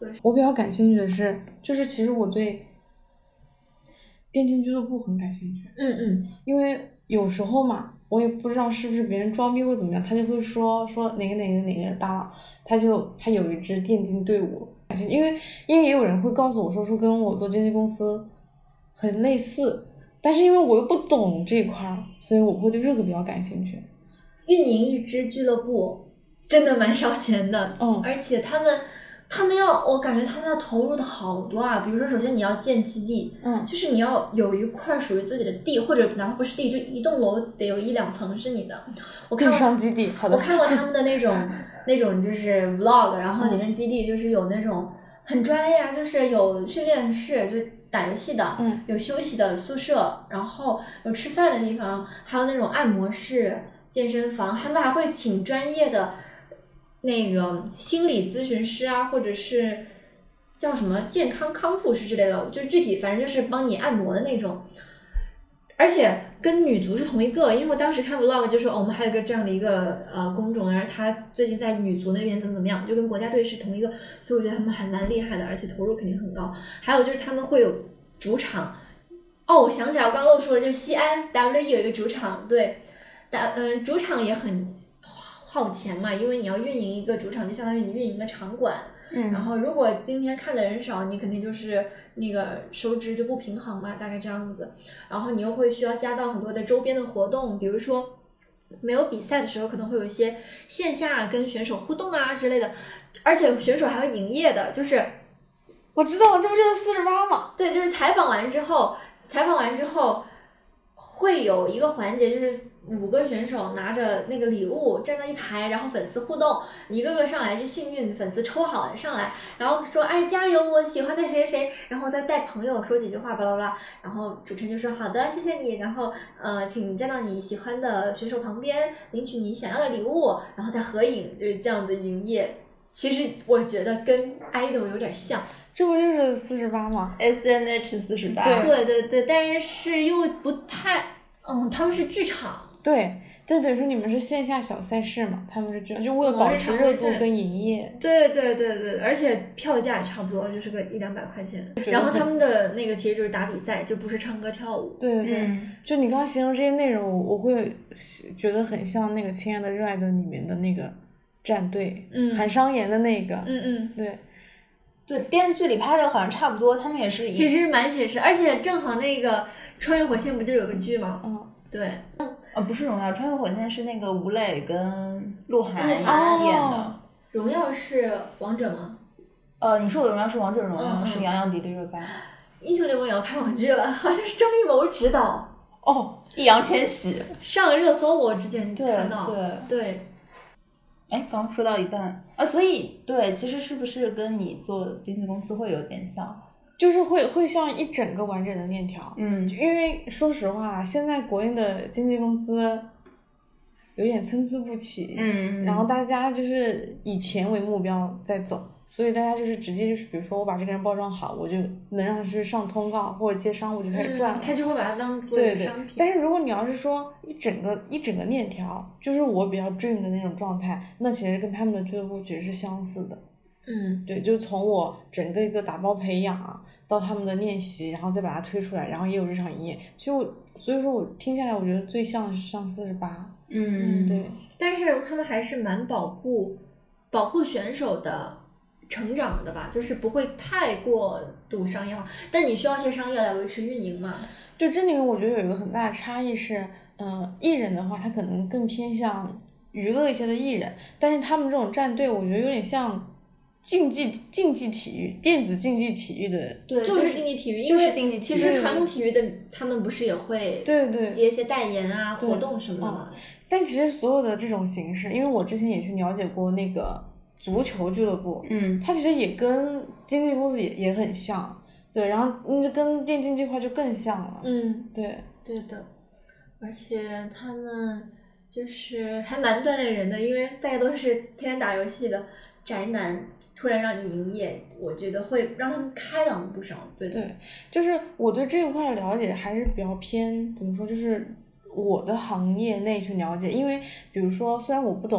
我比较感兴趣的是，就是其实我对电竞俱乐部很感兴趣。 嗯嗯， 因为有时候嘛，我也不知道是不是别人装逼或怎么样，他就会说说哪个哪个哪个大佬，他就他有一支电竞队伍，因为因为也有人会告诉我说说跟我做经纪公司很类似，但是因为我又不懂这一块，所以我会对这个比较感兴趣。 运营一支俱乐部真的蛮烧钱的， 嗯， 而且他们他们要，我感觉他们要投入的好多啊。比如说，首先你要建基地， 嗯， 就是你要有一块属于自己的地，或者哪怕不是地，就一栋楼得有一两层是你的。我看过地上基地，好的。 我看过他们的那种那种就是 vlog， 然后里面基地就是有那种很专业啊，就是有训练室，就是打游戏的， 嗯， 有休息的宿舍，然后有吃饭的地方，还有那种按摩室、健身房，他们还会请专业的那个心理咨询师啊，或者是叫什么健康康复师之类的，就是具体反正就是帮你按摩的那种。而且跟女足是同一个，因为我当时看 vlog 就说、哦、我们还有一个这样的一个呃工种，然后他最近在女足那边怎么怎么样，就跟国家队是同一个，所以我觉得他们还蛮厉害的，而且投入肯定很高。还有就是他们会有主场，哦，我想起来我刚漏说的就是西安 W E 有一个主场，对，打嗯、呃、主场也很耗钱嘛，因为你要运营一个主场，就相当于你运营一个场馆。 嗯， 然后如果今天看的人少，你肯定就是那个收支就不平衡嘛，大概这样子。然后你又会需要加到很多的周边的活动，比如说没有比赛的时候，可能会有一些线下跟选手互动啊之类的，而且选手还会营业的，就是我知道，这不就是四十八吗？ 对，就是采访完之后，采访完之后会有一个环节，就是五个选手拿着那个礼物站到一排，然后粉丝互动，一个个上来就幸运粉丝抽好上来，然后说哎加油，我喜欢的谁谁谁，然后再带朋友说几句话巴拉巴拉，然后主持人就说好的谢谢你，然后呃请站到你喜欢的选手旁边领取你想要的礼物，然后再合影，就是这样子营业。其实我觉得跟 idol 有点像， 这不就是四十八吗 ？S N H 四十八， 对对对，但是又不太，嗯，他们是剧场。 对，就等于说你们是线下小赛事嘛，他们是这样，就为了保持热度跟营业。 对对对对，而且票价也差不多，就是个一两百块钱。然后他们的那个其实就是打比赛，就不是唱歌跳舞。 对对对， 嗯、 就你刚刚形容这些内容，我会觉得很像那个《亲爱的热爱的》里面的那个战队， 嗯， 韩商言的那个， 嗯嗯， 对。 对，电视剧里拍的好像差不多，他们也是其实蛮写实，而且正好那个《穿越火线》不就有个剧吗？ 嗯， 对。 呃，不是荣耀，《穿越火线》是那个吴磊跟鹿晗演的。 哦、 荣耀是王者吗？ 呃，你说的荣耀是王者荣耀， 嗯嗯、 是杨洋、迪丽热巴。 英雄联盟也要拍网剧了，好像是张艺谋执导。 哦，易烊千玺上热搜，我之前看到。 对对。对哎，刚刚说到一半啊，所以对，其实是不是跟你做经纪公司会有点像？ 就是会会像一整个完整的链条。 嗯， 因为说实话，现在国内的经纪公司有点参差不齐。 嗯， 然后大家就是以钱为目标在走，所以大家就是直接就是，比如说我把这个人包装好，我就能让他去上通告或者接商务就开始赚了。 嗯、他就会把它当做对对商品。 但是如果你要是说一整个一整个链条，就是我比较 dream 的那种状态，那其实跟他们的俱乐部其实是相似的。 嗯， 对，就从我整个一个打包培养到他们的练习，然后再把它推出来，然后也有日常营业。其实我，所以说我听下来，我觉得最像是上四十八。 嗯， 对。 但是他们还是蛮保护保护选手的成长的吧，就是不会太过度商业化，但你需要一些商业来维持运营嘛。 对，这里面我觉得有一个很大的差异是，嗯、呃，艺人的话，他可能更偏向娱乐一些的艺人，但是他们这种战队，我觉得有点像。竞技竞技体育，电子竞技体育的， 对，就是竞技体育， 就是竞技体育。 其实传统体育的他们不是也会对对接一些代言啊、活动什么的吗？ 嗯？但其实所有的这种形式，因为我之前也去了解过那个足球俱乐部， 嗯， 它其实也跟经纪公司也也很像，对，然后嗯，跟电竞这块就更像了， 嗯， 对， 对的，而且他们就是还蛮锻炼人的，因为大家都是天天打游戏的宅男。突然让你营业，我觉得会让他们开朗不少。对的， 对，就是我对这一块的了解还是比较偏怎么说，就是我的行业内去了解，因为比如说虽然我不懂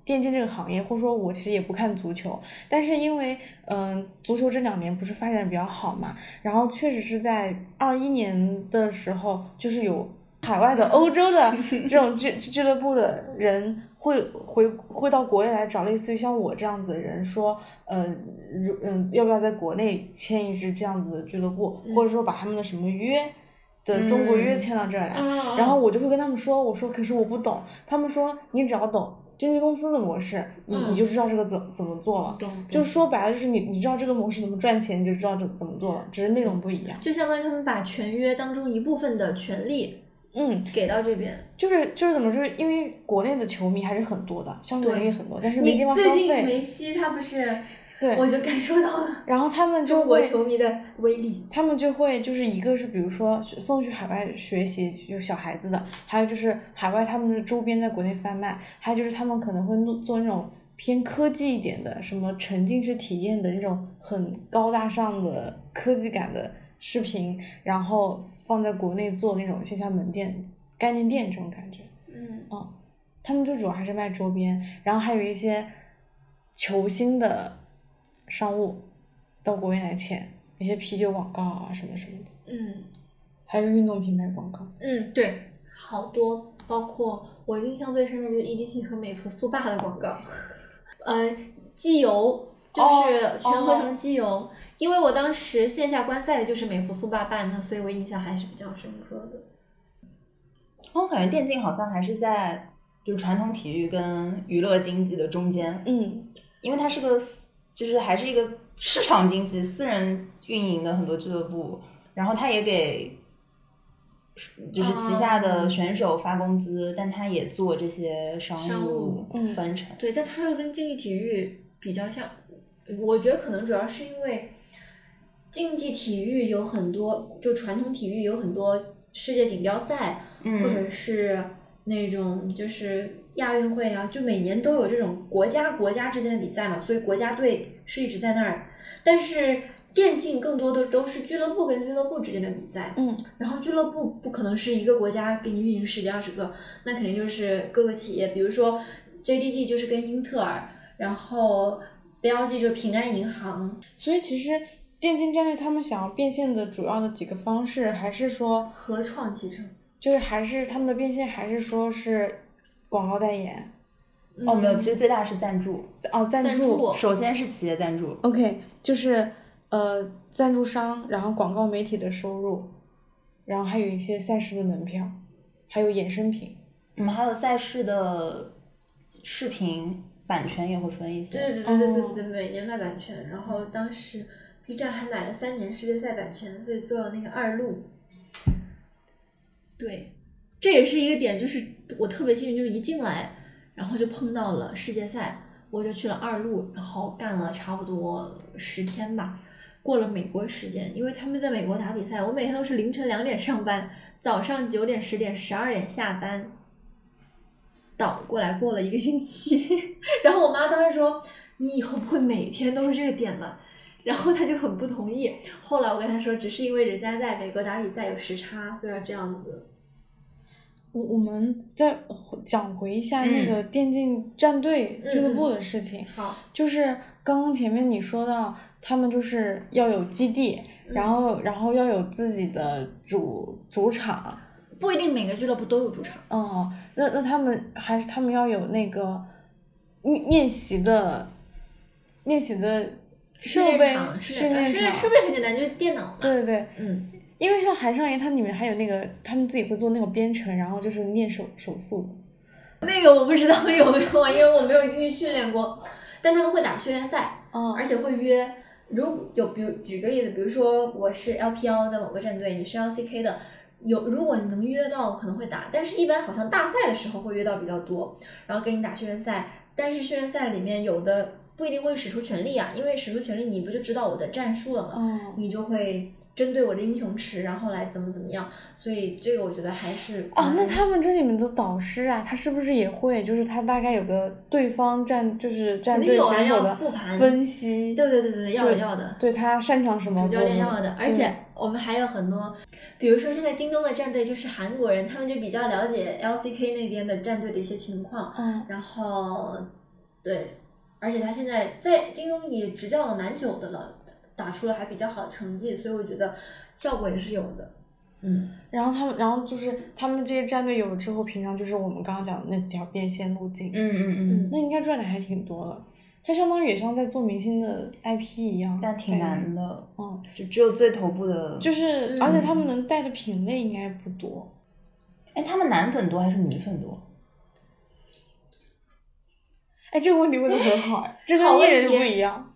电竞这个行业，或者说我其实也不看足球，但是因为嗯、呃，足球这两年不是发展比较好嘛，然后确实是在二一年的时候，就是有海外的欧洲的这种俱俱乐部的人会回会到国内来找类似于像我这样子的人说，呃，嗯，要不要在国内签一支这样子的俱乐部， 嗯、 或者说把他们的什么约的中国约签到这儿来， 嗯、 然后我就会跟他们说，我说可是我不懂，他们说你只要懂经纪公司的模式，你、 嗯、 你就知道这个怎怎么做了，就说白了就是你你知道这个模式怎么赚钱，你就知道这怎么做了，只是内容不一样， 就相当于他们把全约当中一部分的权利。 嗯， 给到这边就是就是怎么就是因为国内的球迷还是很多的，消费能力很多，但是没地方消费。最近梅西他不是， 对， 我就感受到了。 然后他们就会中国球迷的威力， 他们就会就是一个是比如说送去海外学习就小孩子的，还有就是海外他们的周边在国内贩卖，还有就是他们可能会做那种偏科技一点的，什么沉浸式体验的那种很高大上的科技感的视频，然后放在国内做那种线下门店概念店这种感觉。 嗯嗯，他们最主要还是卖周边，然后还有一些球星的商务到国内来签一些啤酒广告啊什么什么的。 嗯， 还有运动品牌广告。 嗯，对，好多，包括我印象最深的就是 E D G 和美孚速霸的广告，呃，机油就是全合成机油。哦哦，因为我当时线下观赛就是美孚速霸办的，所以我印象还是比较深刻的。 我感觉电竞好像还是在就是传统体育跟娱乐经济的中间， 嗯， 因为它是个就是还是一个市场经济，私人运营的很多俱乐部，然后他也给就是旗下的选手发工资，嗯、但他也做这些商务分成。 嗯、 对，但他又跟竞技体育比较像，我觉得可能主要是因为竞技体育有很多，就传统体育有很多世界锦标赛， 嗯、 或者是那种就是亚运会啊，就每年都有这种国家国家之间的比赛嘛，所以国家队是一直在那儿。但是电竞更多的都是俱乐部跟俱乐部之间的比赛， 嗯，然后俱乐部不可能是一个国家给你运营十几二十个，那肯定就是各个企业，比如说 J D G 就是跟英特尔，然后 B L G 就是平安银行。 所以其实电竞战略他们想要变现的主要的几个方式，还是说合创集成， 就是还是他们的变现，还是说是广告代言。 嗯、哦，没有，其实最大是赞助。 哦，赞助， 赞助首先是企业赞助。 OK， 就是呃赞助商，然后广告媒体的收入，然后还有一些赛事的门票，还有衍生品。 嗯，还有赛事的视频版权也会分一些。 对对对对对对，每年卖版权，然后当时 B 站还买了三年世界赛版权，所以做了那个二路。对，这也是一个点，就是我特别幸运，就是一进来，然后就碰到了世界赛，我就去了二路，然后干了差不多十天吧，过了美国时间，因为他们在美国打比赛，我每天都是凌晨两点上班，早上九点、十点、十二点下班，倒过来过了一个星期，然后我妈当时说：“你以后不会每天都是这个点了？”然后她就很不同意。后来我跟她说，只是因为人家在美国打比赛有时差，所以要这样子。 我我们再讲回一下那个电竞战队俱乐部的事情。 嗯嗯、好， 就是刚刚前面你说到，他们就是要有基地， 嗯、 然后然后要有自己的主主场。 不一定每个俱乐部都有主场。 哦，那那他们还是他们要有那个练习的练习的设备训练场。 设备很简单，就是电脑嘛。 对对对， 嗯。 因为像海上爷它里面还有那个他们自己会做那个编程，然后就是练手手速的。 那个我不知道有没有啊，因为我没有进去训练过。但他们会打训练赛， 嗯， 而且会约。如果有比如举个例子，比如说我是 L P L 的某个战队，你是 L C K 的，有如果你能约到可能会打，但是一般好像大赛的时候会约到比较多，然后跟你打训练赛。但是训练赛里面有的不一定会使出全力啊，因为使出全力你不就知道我的战术了吗？ 嗯， 你就会针对我的英雄池，然后来怎么怎么样，所以这个我觉得还是哦。那他们这里面的导师啊，他是不是也会？就是他大概有个对方战，就是战队选手的分析。 对对对对，要的要的。 对他擅长什么？ 主教练要的，而且我们还有很多，比如说现在京东的战队就是韩国人，他们就比较了解 L C K 那边的战队的一些情况， 嗯， 然后对，而且他现在在金东也执教了蛮久的了，打出了还比较好的成绩，所以我觉得效果也是有的。嗯， 然后他们，然后就是他们这些战队有了之后，平常就是我们刚刚讲的那几条变现路径， 嗯嗯嗯， 那应该赚的还挺多的。它相当于也像在做明星的 I P 一样， 但挺难的， 嗯， 就只有最头部的， 就是、 嗯、 而且他们能带的品类应该不多。 哎，他们男粉多还是女粉多？ 哎，这个问题问的很好，哎，这跟艺人就不一样。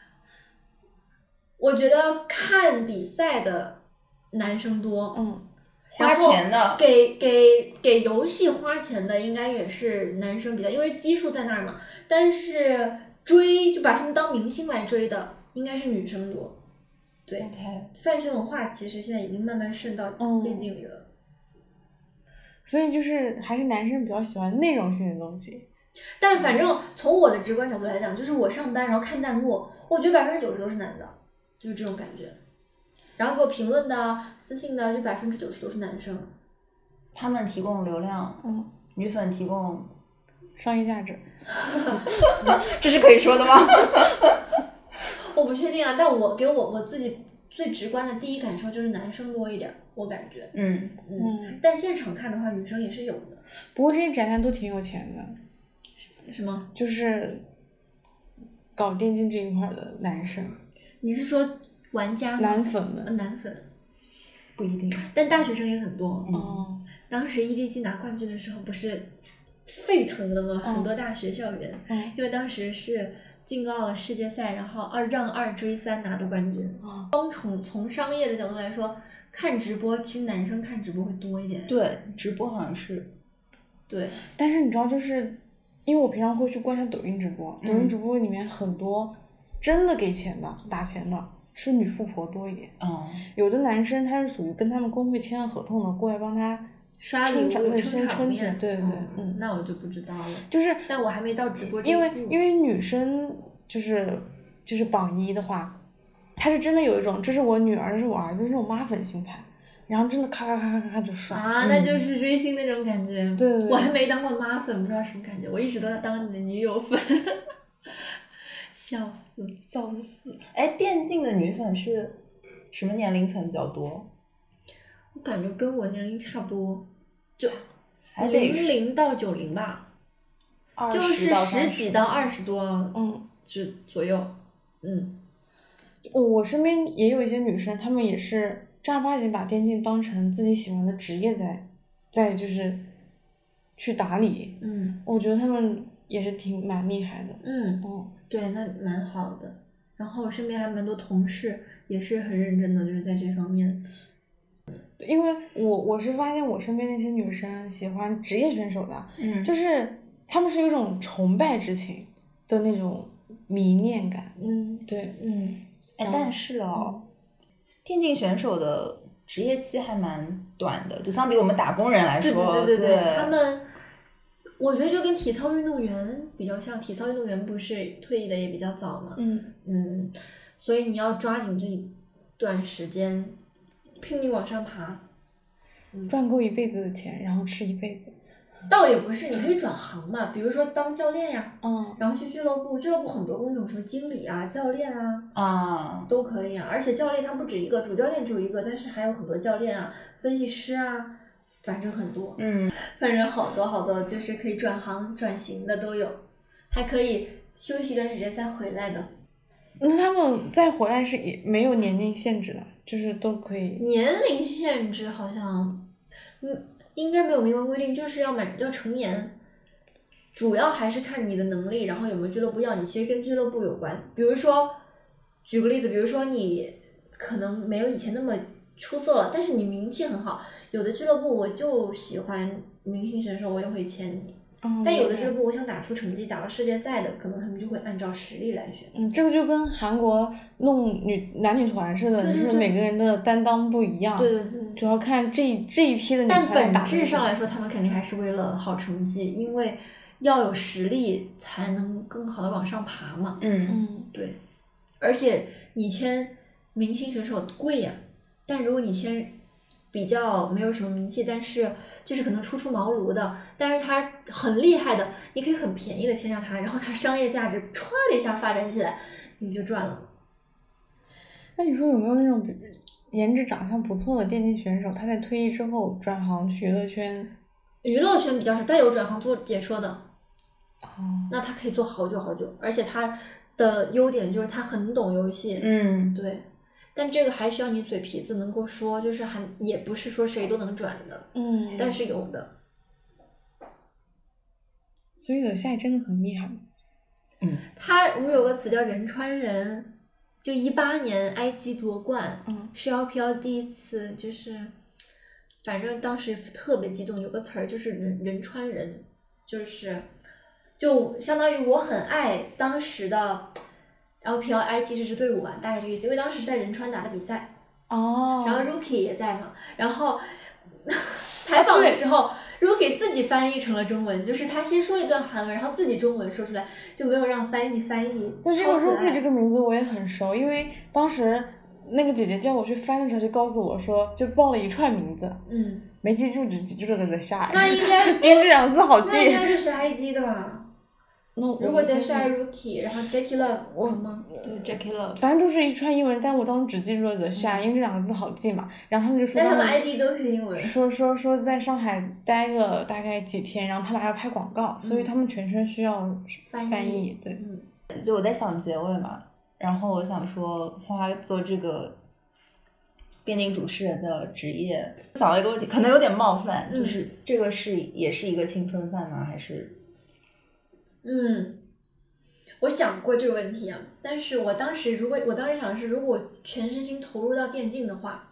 我觉得看比赛的男生多， 嗯， 花钱的， 给给给游戏花钱的应该也是男生比较，因为基数在那儿嘛。但是追就把他们当明星来追的，应该是女生多。对 ，OK， 饭圈文化其实现在已经慢慢渗到电竞里了。 嗯，所以就是还是男生比较喜欢内容性的东西。 但反正从我的直观角度来讲，就是我上班然后看弹幕，我觉得百分之九十都是男的，就是这种感觉。然后给我评论的、私信的，就百分之九十都是男生。 他们提供流量， 嗯， 女粉提供商业价值， 这是可以说的吗？ 我不确定啊，但我给我我自己最直观的第一感受就是男生多一点，我感觉。 嗯嗯， 嗯， 但现场看的话，女生也是有的。 不过这些宅男都挺有钱的。 什么？ 就是搞电竞这一块的男生。 你是说玩家吗？ 男粉们？ 男粉不一定， 但大学生也很多。 哦， 当时 E D G 拿冠军的时候，不是沸腾的吗？ 嗯、 很多大学校园， 嗯， 因为当时是进到了世界赛，然后二让二追三拿的冠军。 哦， 光从从商业的角度来说，看直播，其实男生看直播会多一点。 对，直播好像是。 对， 但是你知道，就是因为我平常会去观察抖音直播，抖音直播里面很多真的给钱的、打钱的，是女富婆多一点。 哦， 有的男生他是属于跟他们工会签了合同的，过来帮他刷礼物、 撑场面， 对对对， 嗯， 嗯， 那我就不知道了。 就是， 但我还没到直播这一因为步。 因为女生就是就是榜一的话，她是真的有一种，这是我女儿，这是我儿子这种妈粉心态。然后真的咔咔咔咔咔就刷啊，那就是追星那种感觉。 对对对， 我还没当过妈粉，不知道什么感觉。我一直都要当你的女友粉，笑死笑死！ 哎，电竞的女粉是什么年龄层比较多？ 我感觉跟我年龄差不多，就零零到九零吧，就是十几到二十多， 嗯， 之左右。嗯， 我身边也有一些女生，她们也是。正儿八经把电竞当成自己喜欢的职业在，在就是去打理。 嗯， 我觉得他们也是挺蛮厉害的。 嗯， 哦， 对，那蛮好的。然后我身边还蛮多同事也是很认真的，就是在这方面。 因为我我是发现我身边那些女生喜欢职业选手的， 嗯， 就是她们是有一种崇拜之情的那种迷恋感。 嗯， 对， 嗯， 哎，但是哦。嗯，电竞选手的职业期还蛮短的，就相比我们打工人来说， 对对对对对，他们我觉得就跟体操运动员比较像，体操运动员不是退役的也比较早嘛， 嗯嗯，所以你要抓紧这一段时间，拼命往上爬， 赚够一辈子的钱，然后吃一辈子。 倒也不是，你可以转行嘛，比如说当教练呀， 嗯， 然后去俱乐部，俱乐部很多工种，什么经理啊、教练啊， 啊， 都可以啊。而且教练他不止一个，主教练只有一个，但是还有很多教练啊、分析师啊，反正很多， 嗯， 反正好多好多，就是可以转行转型的都有，还可以休息一段时间再回来的。 那他们再回来是也没有年龄限制的，就是都可以。 年龄限制好像，嗯。应该没有明文规定，就是要满要成年，主要还是看你的能力，然后有没有俱乐部要你。其实跟俱乐部有关，比如说，举个例子，比如说你可能没有以前那么出色了，但是你名气很好，有的俱乐部我就喜欢明星选手，我也会签你。 嗯， 但有的俱乐部我想打出成绩，打到世界赛的，可能他们就会按照实力来选。 嗯，这个就跟韩国弄女男女团似的，就是每个人的担当不一样。 对对对。 主要看这这一批的女团但本质上来说，他们肯定还是为了好成绩，因为要有实力才能更好的往上爬嘛。 嗯嗯， 对。而且你签明星选手贵呀，但如果你签比较没有什么名气，但是就是可能初出茅庐的，但是他很厉害的，你可以很便宜的签下他，然后他商业价值歘的一下发展起来，你就赚了。 那你说有没有那种颜值长相不错的电竞选手，他在退役之后转行去娱乐圈？ 娱乐圈比较少，但有转行做解说的。 哦， 那他可以做好久好久，而且他的优点就是他很懂游戏。 嗯， 对。但这个还需要你嘴皮子能够说，就是还也不是说谁都能转的， 嗯， 但是有的。 所以的夏真的很厉害。 嗯， 他我们有个词叫仁川人，就一八年 I G 夺冠， 嗯， 是 L P L 第一次，就是反正当时特别激动，有个词儿就是仁仁川人，就是就相当于我很爱当时的。L P L I G 这支队伍吧，大概这个意思，因为当时是在仁川打的比赛， 哦， 然后 Rookie 也在嘛，然后采访的时候 Rookie 自己翻译成了中文，就是他先说了一段韩文，然后自己中文说出来，就没有让翻译翻译。 但这个 Rookie 这个名字我也很熟，因为当时那个姐姐叫我去翻的时候，就告诉我说，就报了一串名字， 嗯， 没记住，只记住了个下。 那应该因为这两个字好记。 那应该就是 I G 的吧。如果在是 Rookie， 然后 Jackie Love 我吗？ 对 Jackie Love， 反正都是一串英文，但我当时只记住了 The Shy，、嗯、因为这两个字好记嘛。然后他们就说但他们 I D 都是英文。 说说说在上海待个大概几天，然后他们还要拍广告，嗯、所以他们全程需要翻译。翻译对， 嗯，就我在想结尾嘛，然后我想说，花花做这个电竞主持人的职业，想到一个问题，可能有点冒犯，嗯、就是这个是也是一个青春饭吗？还是？ 嗯，我想过这个问题啊，但是我当时如果我当时想的是，如果我全身心投入到电竞的话，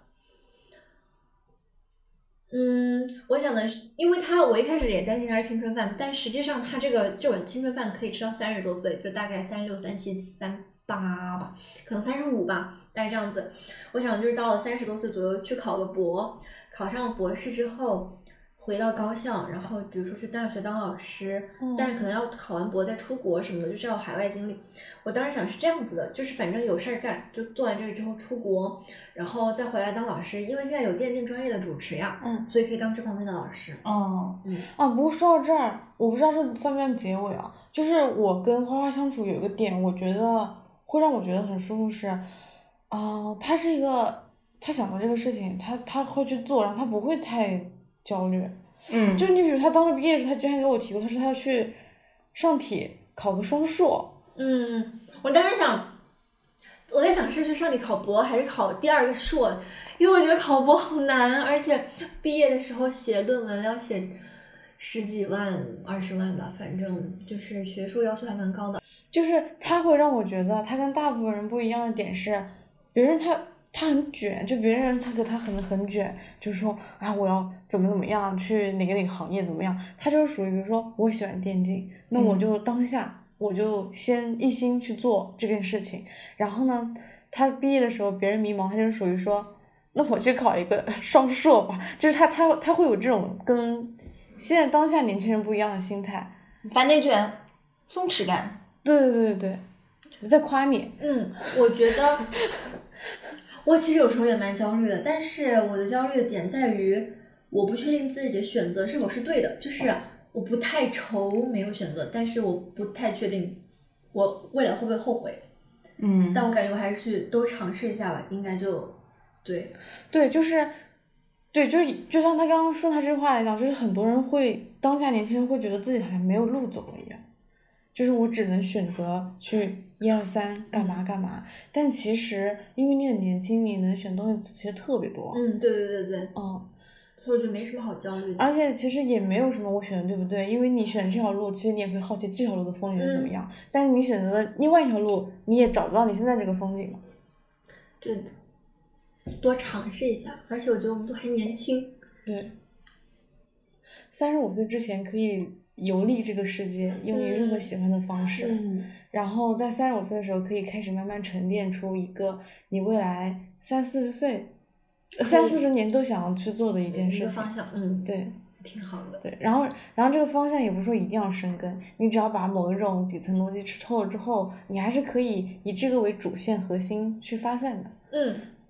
嗯，我想的是，因为他我一开始也担心他是青春饭，但实际上他这个这种青春饭可以吃到三十多岁，就大概三十六、三七、三八吧，可能三十五吧，大概这样子。我想就是到了三十多岁左右去考个博，考上了博士之后。回到高校，然后比如说去大学当老师，嗯、但是可能要考完博再出国什么的，就是要有海外经历。我当时想是这样子的，就是反正有事儿干，就做完这个之后出国，然后再回来当老师，因为现在有电竞专业的主持呀，嗯，所以可以当这方面的老师。 哦，嗯啊，不过说到这儿，我不知道这算不算结尾啊？就是我跟花花相处有一个点，我觉得会让我觉得很舒服是，啊、呃，他是一个他想到这个事情，他他会去做，然后他不会太。焦虑， 嗯， 就你比如他当时毕业时，他居然给我提过，他说他要去上体考个双硕。 嗯，我当时想，我在想是去上体考博还是考第二个硕，因为我觉得考博好难，而且毕业的时候写论文要写十几万、二十万吧，反正就是学术要求还蛮高的。 就是他会让我觉得他跟大部分人不一样的点是，别人他。他很卷，就别人他跟他可能很卷，就是说啊我要怎么怎么样去哪个哪个行业怎么样，他就是属于比如说我喜欢电竞，那我就当下、嗯、我就先一心去做这件事情，然后呢他毕业的时候别人迷茫，他就是属于说那我去考一个双硕吧，就是他他他会有这种跟现在当下年轻人不一样的心态， 反内卷松弛感。 对对对对对，我在夸你。 嗯，我觉得我其实有时候也蛮焦虑的，但是我的焦虑的点在于，我不确定自己的选择是否是对的，就是我不太愁没有选择，但是我不太确定我未来会不会后悔。 嗯， 但我感觉我还是去都尝试一下吧，应该就对对，就是对，就是就像他刚刚说他这句话来讲，就是很多人会当下年轻人会觉得自己好像没有路走了一样，就是我只能选择去一二三干嘛干嘛，但其实因为你很年轻，你能选东西其实特别多。 嗯，对对对对， 嗯， 所以我就没什么好焦虑的。 而且其实也没有什么我选的对不对，因为你选这条路，其实你也会好奇这条路的风景是怎么样，嗯、但是你选择了另外一条路，你也找不到你现在这个风景嘛。 对，多尝试一下，而且我觉得我们都还年轻。 对，三十五岁之前可以游历这个世界，用你任何喜欢的方式。 嗯。 然后在三十五岁的时候，可以开始慢慢沉淀出一个你未来三四十岁、三四十年都想要去做的一件事情。 一个方向，嗯， 对， 挺好的。 对，然后，然后这个方向也不是说一定要深耕，你只要把某一种底层逻辑吃透了之后，你还是可以以这个为主线核心去发散的。 嗯，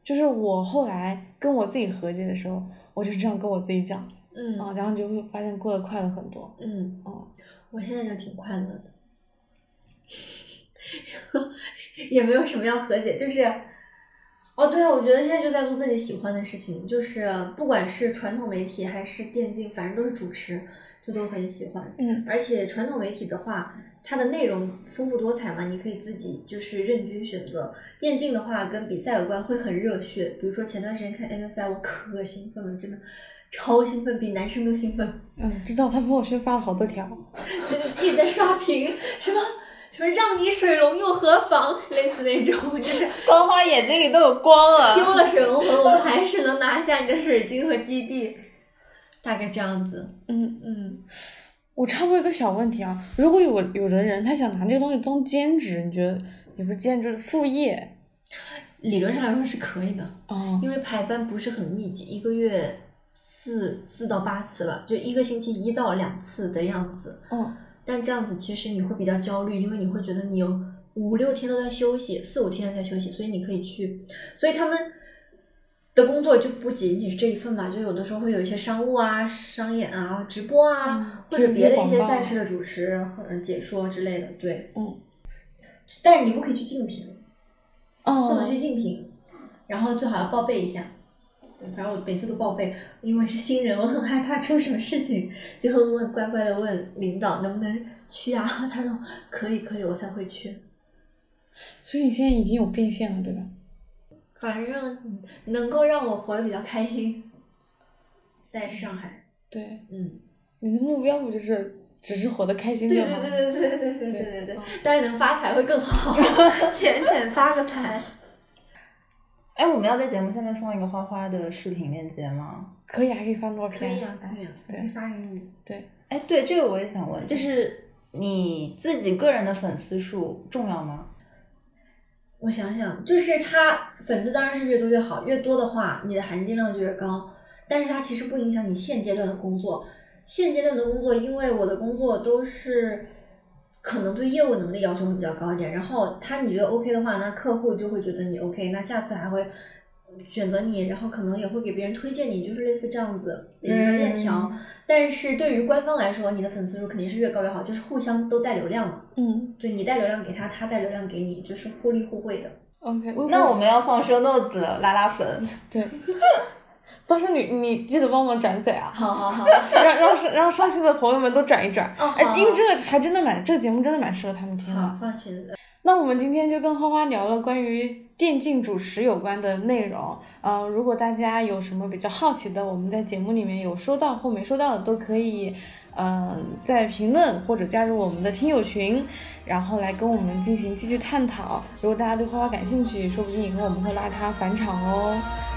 就是我后来跟我自己和解的时候，我就是这样跟我自己讲， 嗯啊，然后你就会发现过得快乐很多。 嗯嗯， 我现在就挺快乐的，也没有什么要和解，就是，哦，对啊，我觉得现在就在做自己喜欢的事情，就是不管是传统媒体还是电竞，反正都是主持，就都很喜欢。 嗯， 而且传统媒体的话，它的内容丰富多彩嘛，你可以自己就是任君选择。电竞的话跟比赛有关，会很热血，比如说前段时间看 M S I， 我可兴奋了，真的超兴奋，比男生都兴奋。 嗯，知道他朋友圈发了好多条， 就一直在刷屏，什么什么让你水龙又何妨，类似那种，就是光花眼睛里都有光了。 丢了水龙魂，我们还是能拿下你的水晶和基地，大概这样子。 嗯。 嗯， 我插播一个小问题啊，如果有有的人他想拿这个东西当兼职，你觉得也不是兼职，副业？ 理论上来说是可以的， 哦， 因为排班不是很密集，一个月四四到八次吧，就一个星期一到两次的样子。 嗯， 但这样子其实你会比较焦虑，因为你会觉得你有五六天都在休息，四五天在休息，所以你可以去，所以他们的工作就不仅仅是这一份嘛，就有的时候会有一些商务啊、商演啊、直播啊， 嗯、 或者别的一些广告赛事的主持或者解说之类的，对， 嗯， 但是你不可以去竞品， 哦， 不能去竞品，然后最好要报备一下。反正我每次都报备，因为是新人，我很害怕出什么事情，就会问乖乖的问领导能不能去啊？他说可以可以，我才会去。 所以你现在已经有变现了，对吧？ 反正能够让我活得比较开心，在上海。 对， 嗯， 你的目标不就是只是活得开心就对好？ 对对对对对对对对对，但是能发财会更好，浅浅发个财。 哎，我们要在节目下面放一个花花的视频链接吗？ 可以，还可以放照可片。 以啊，可以啊， 对， 可以发给你。 对， 哎，对，这个我也想问，就是你自己个人的粉丝数重要吗？ 我想想，就是他粉丝当然是越多越好，越多的话你的含金量就越高，但是它其实不影响你现阶段的工作。现阶段的工作，因为我的工作都是可能对业务能力要求会比较高一点，然后他你觉得 OK 的话，那客户就会觉得你 OK， 那下次还会选择你，然后可能也会给别人推荐你，就是类似这样子的一个链条。嗯、但是对于官方来说，你的粉丝数肯定是越高越好，就是互相都带流量嘛。 嗯， 对，你带流量给他，他带流量给你，就是互利互惠的。 OK， 那我们要放 show notes 了，拉拉粉。 对。到时候你你记得帮忙转载啊！ 好好好， 让让让上戏的朋友们都转一转。 哦， 哎，因为这个还真的蛮，这个节目真的蛮适合他们听的。 好，放群子。 那我们今天就跟花花聊了关于电竞主持有关的内容。嗯、呃，如果大家有什么比较好奇的，我们在节目里面有说到或没说到的，都可以嗯、呃、在评论或者加入我们的听友群，然后来跟我们进行继续探讨。如果大家对花花感兴趣，说不定以后我们会拉他返场哦。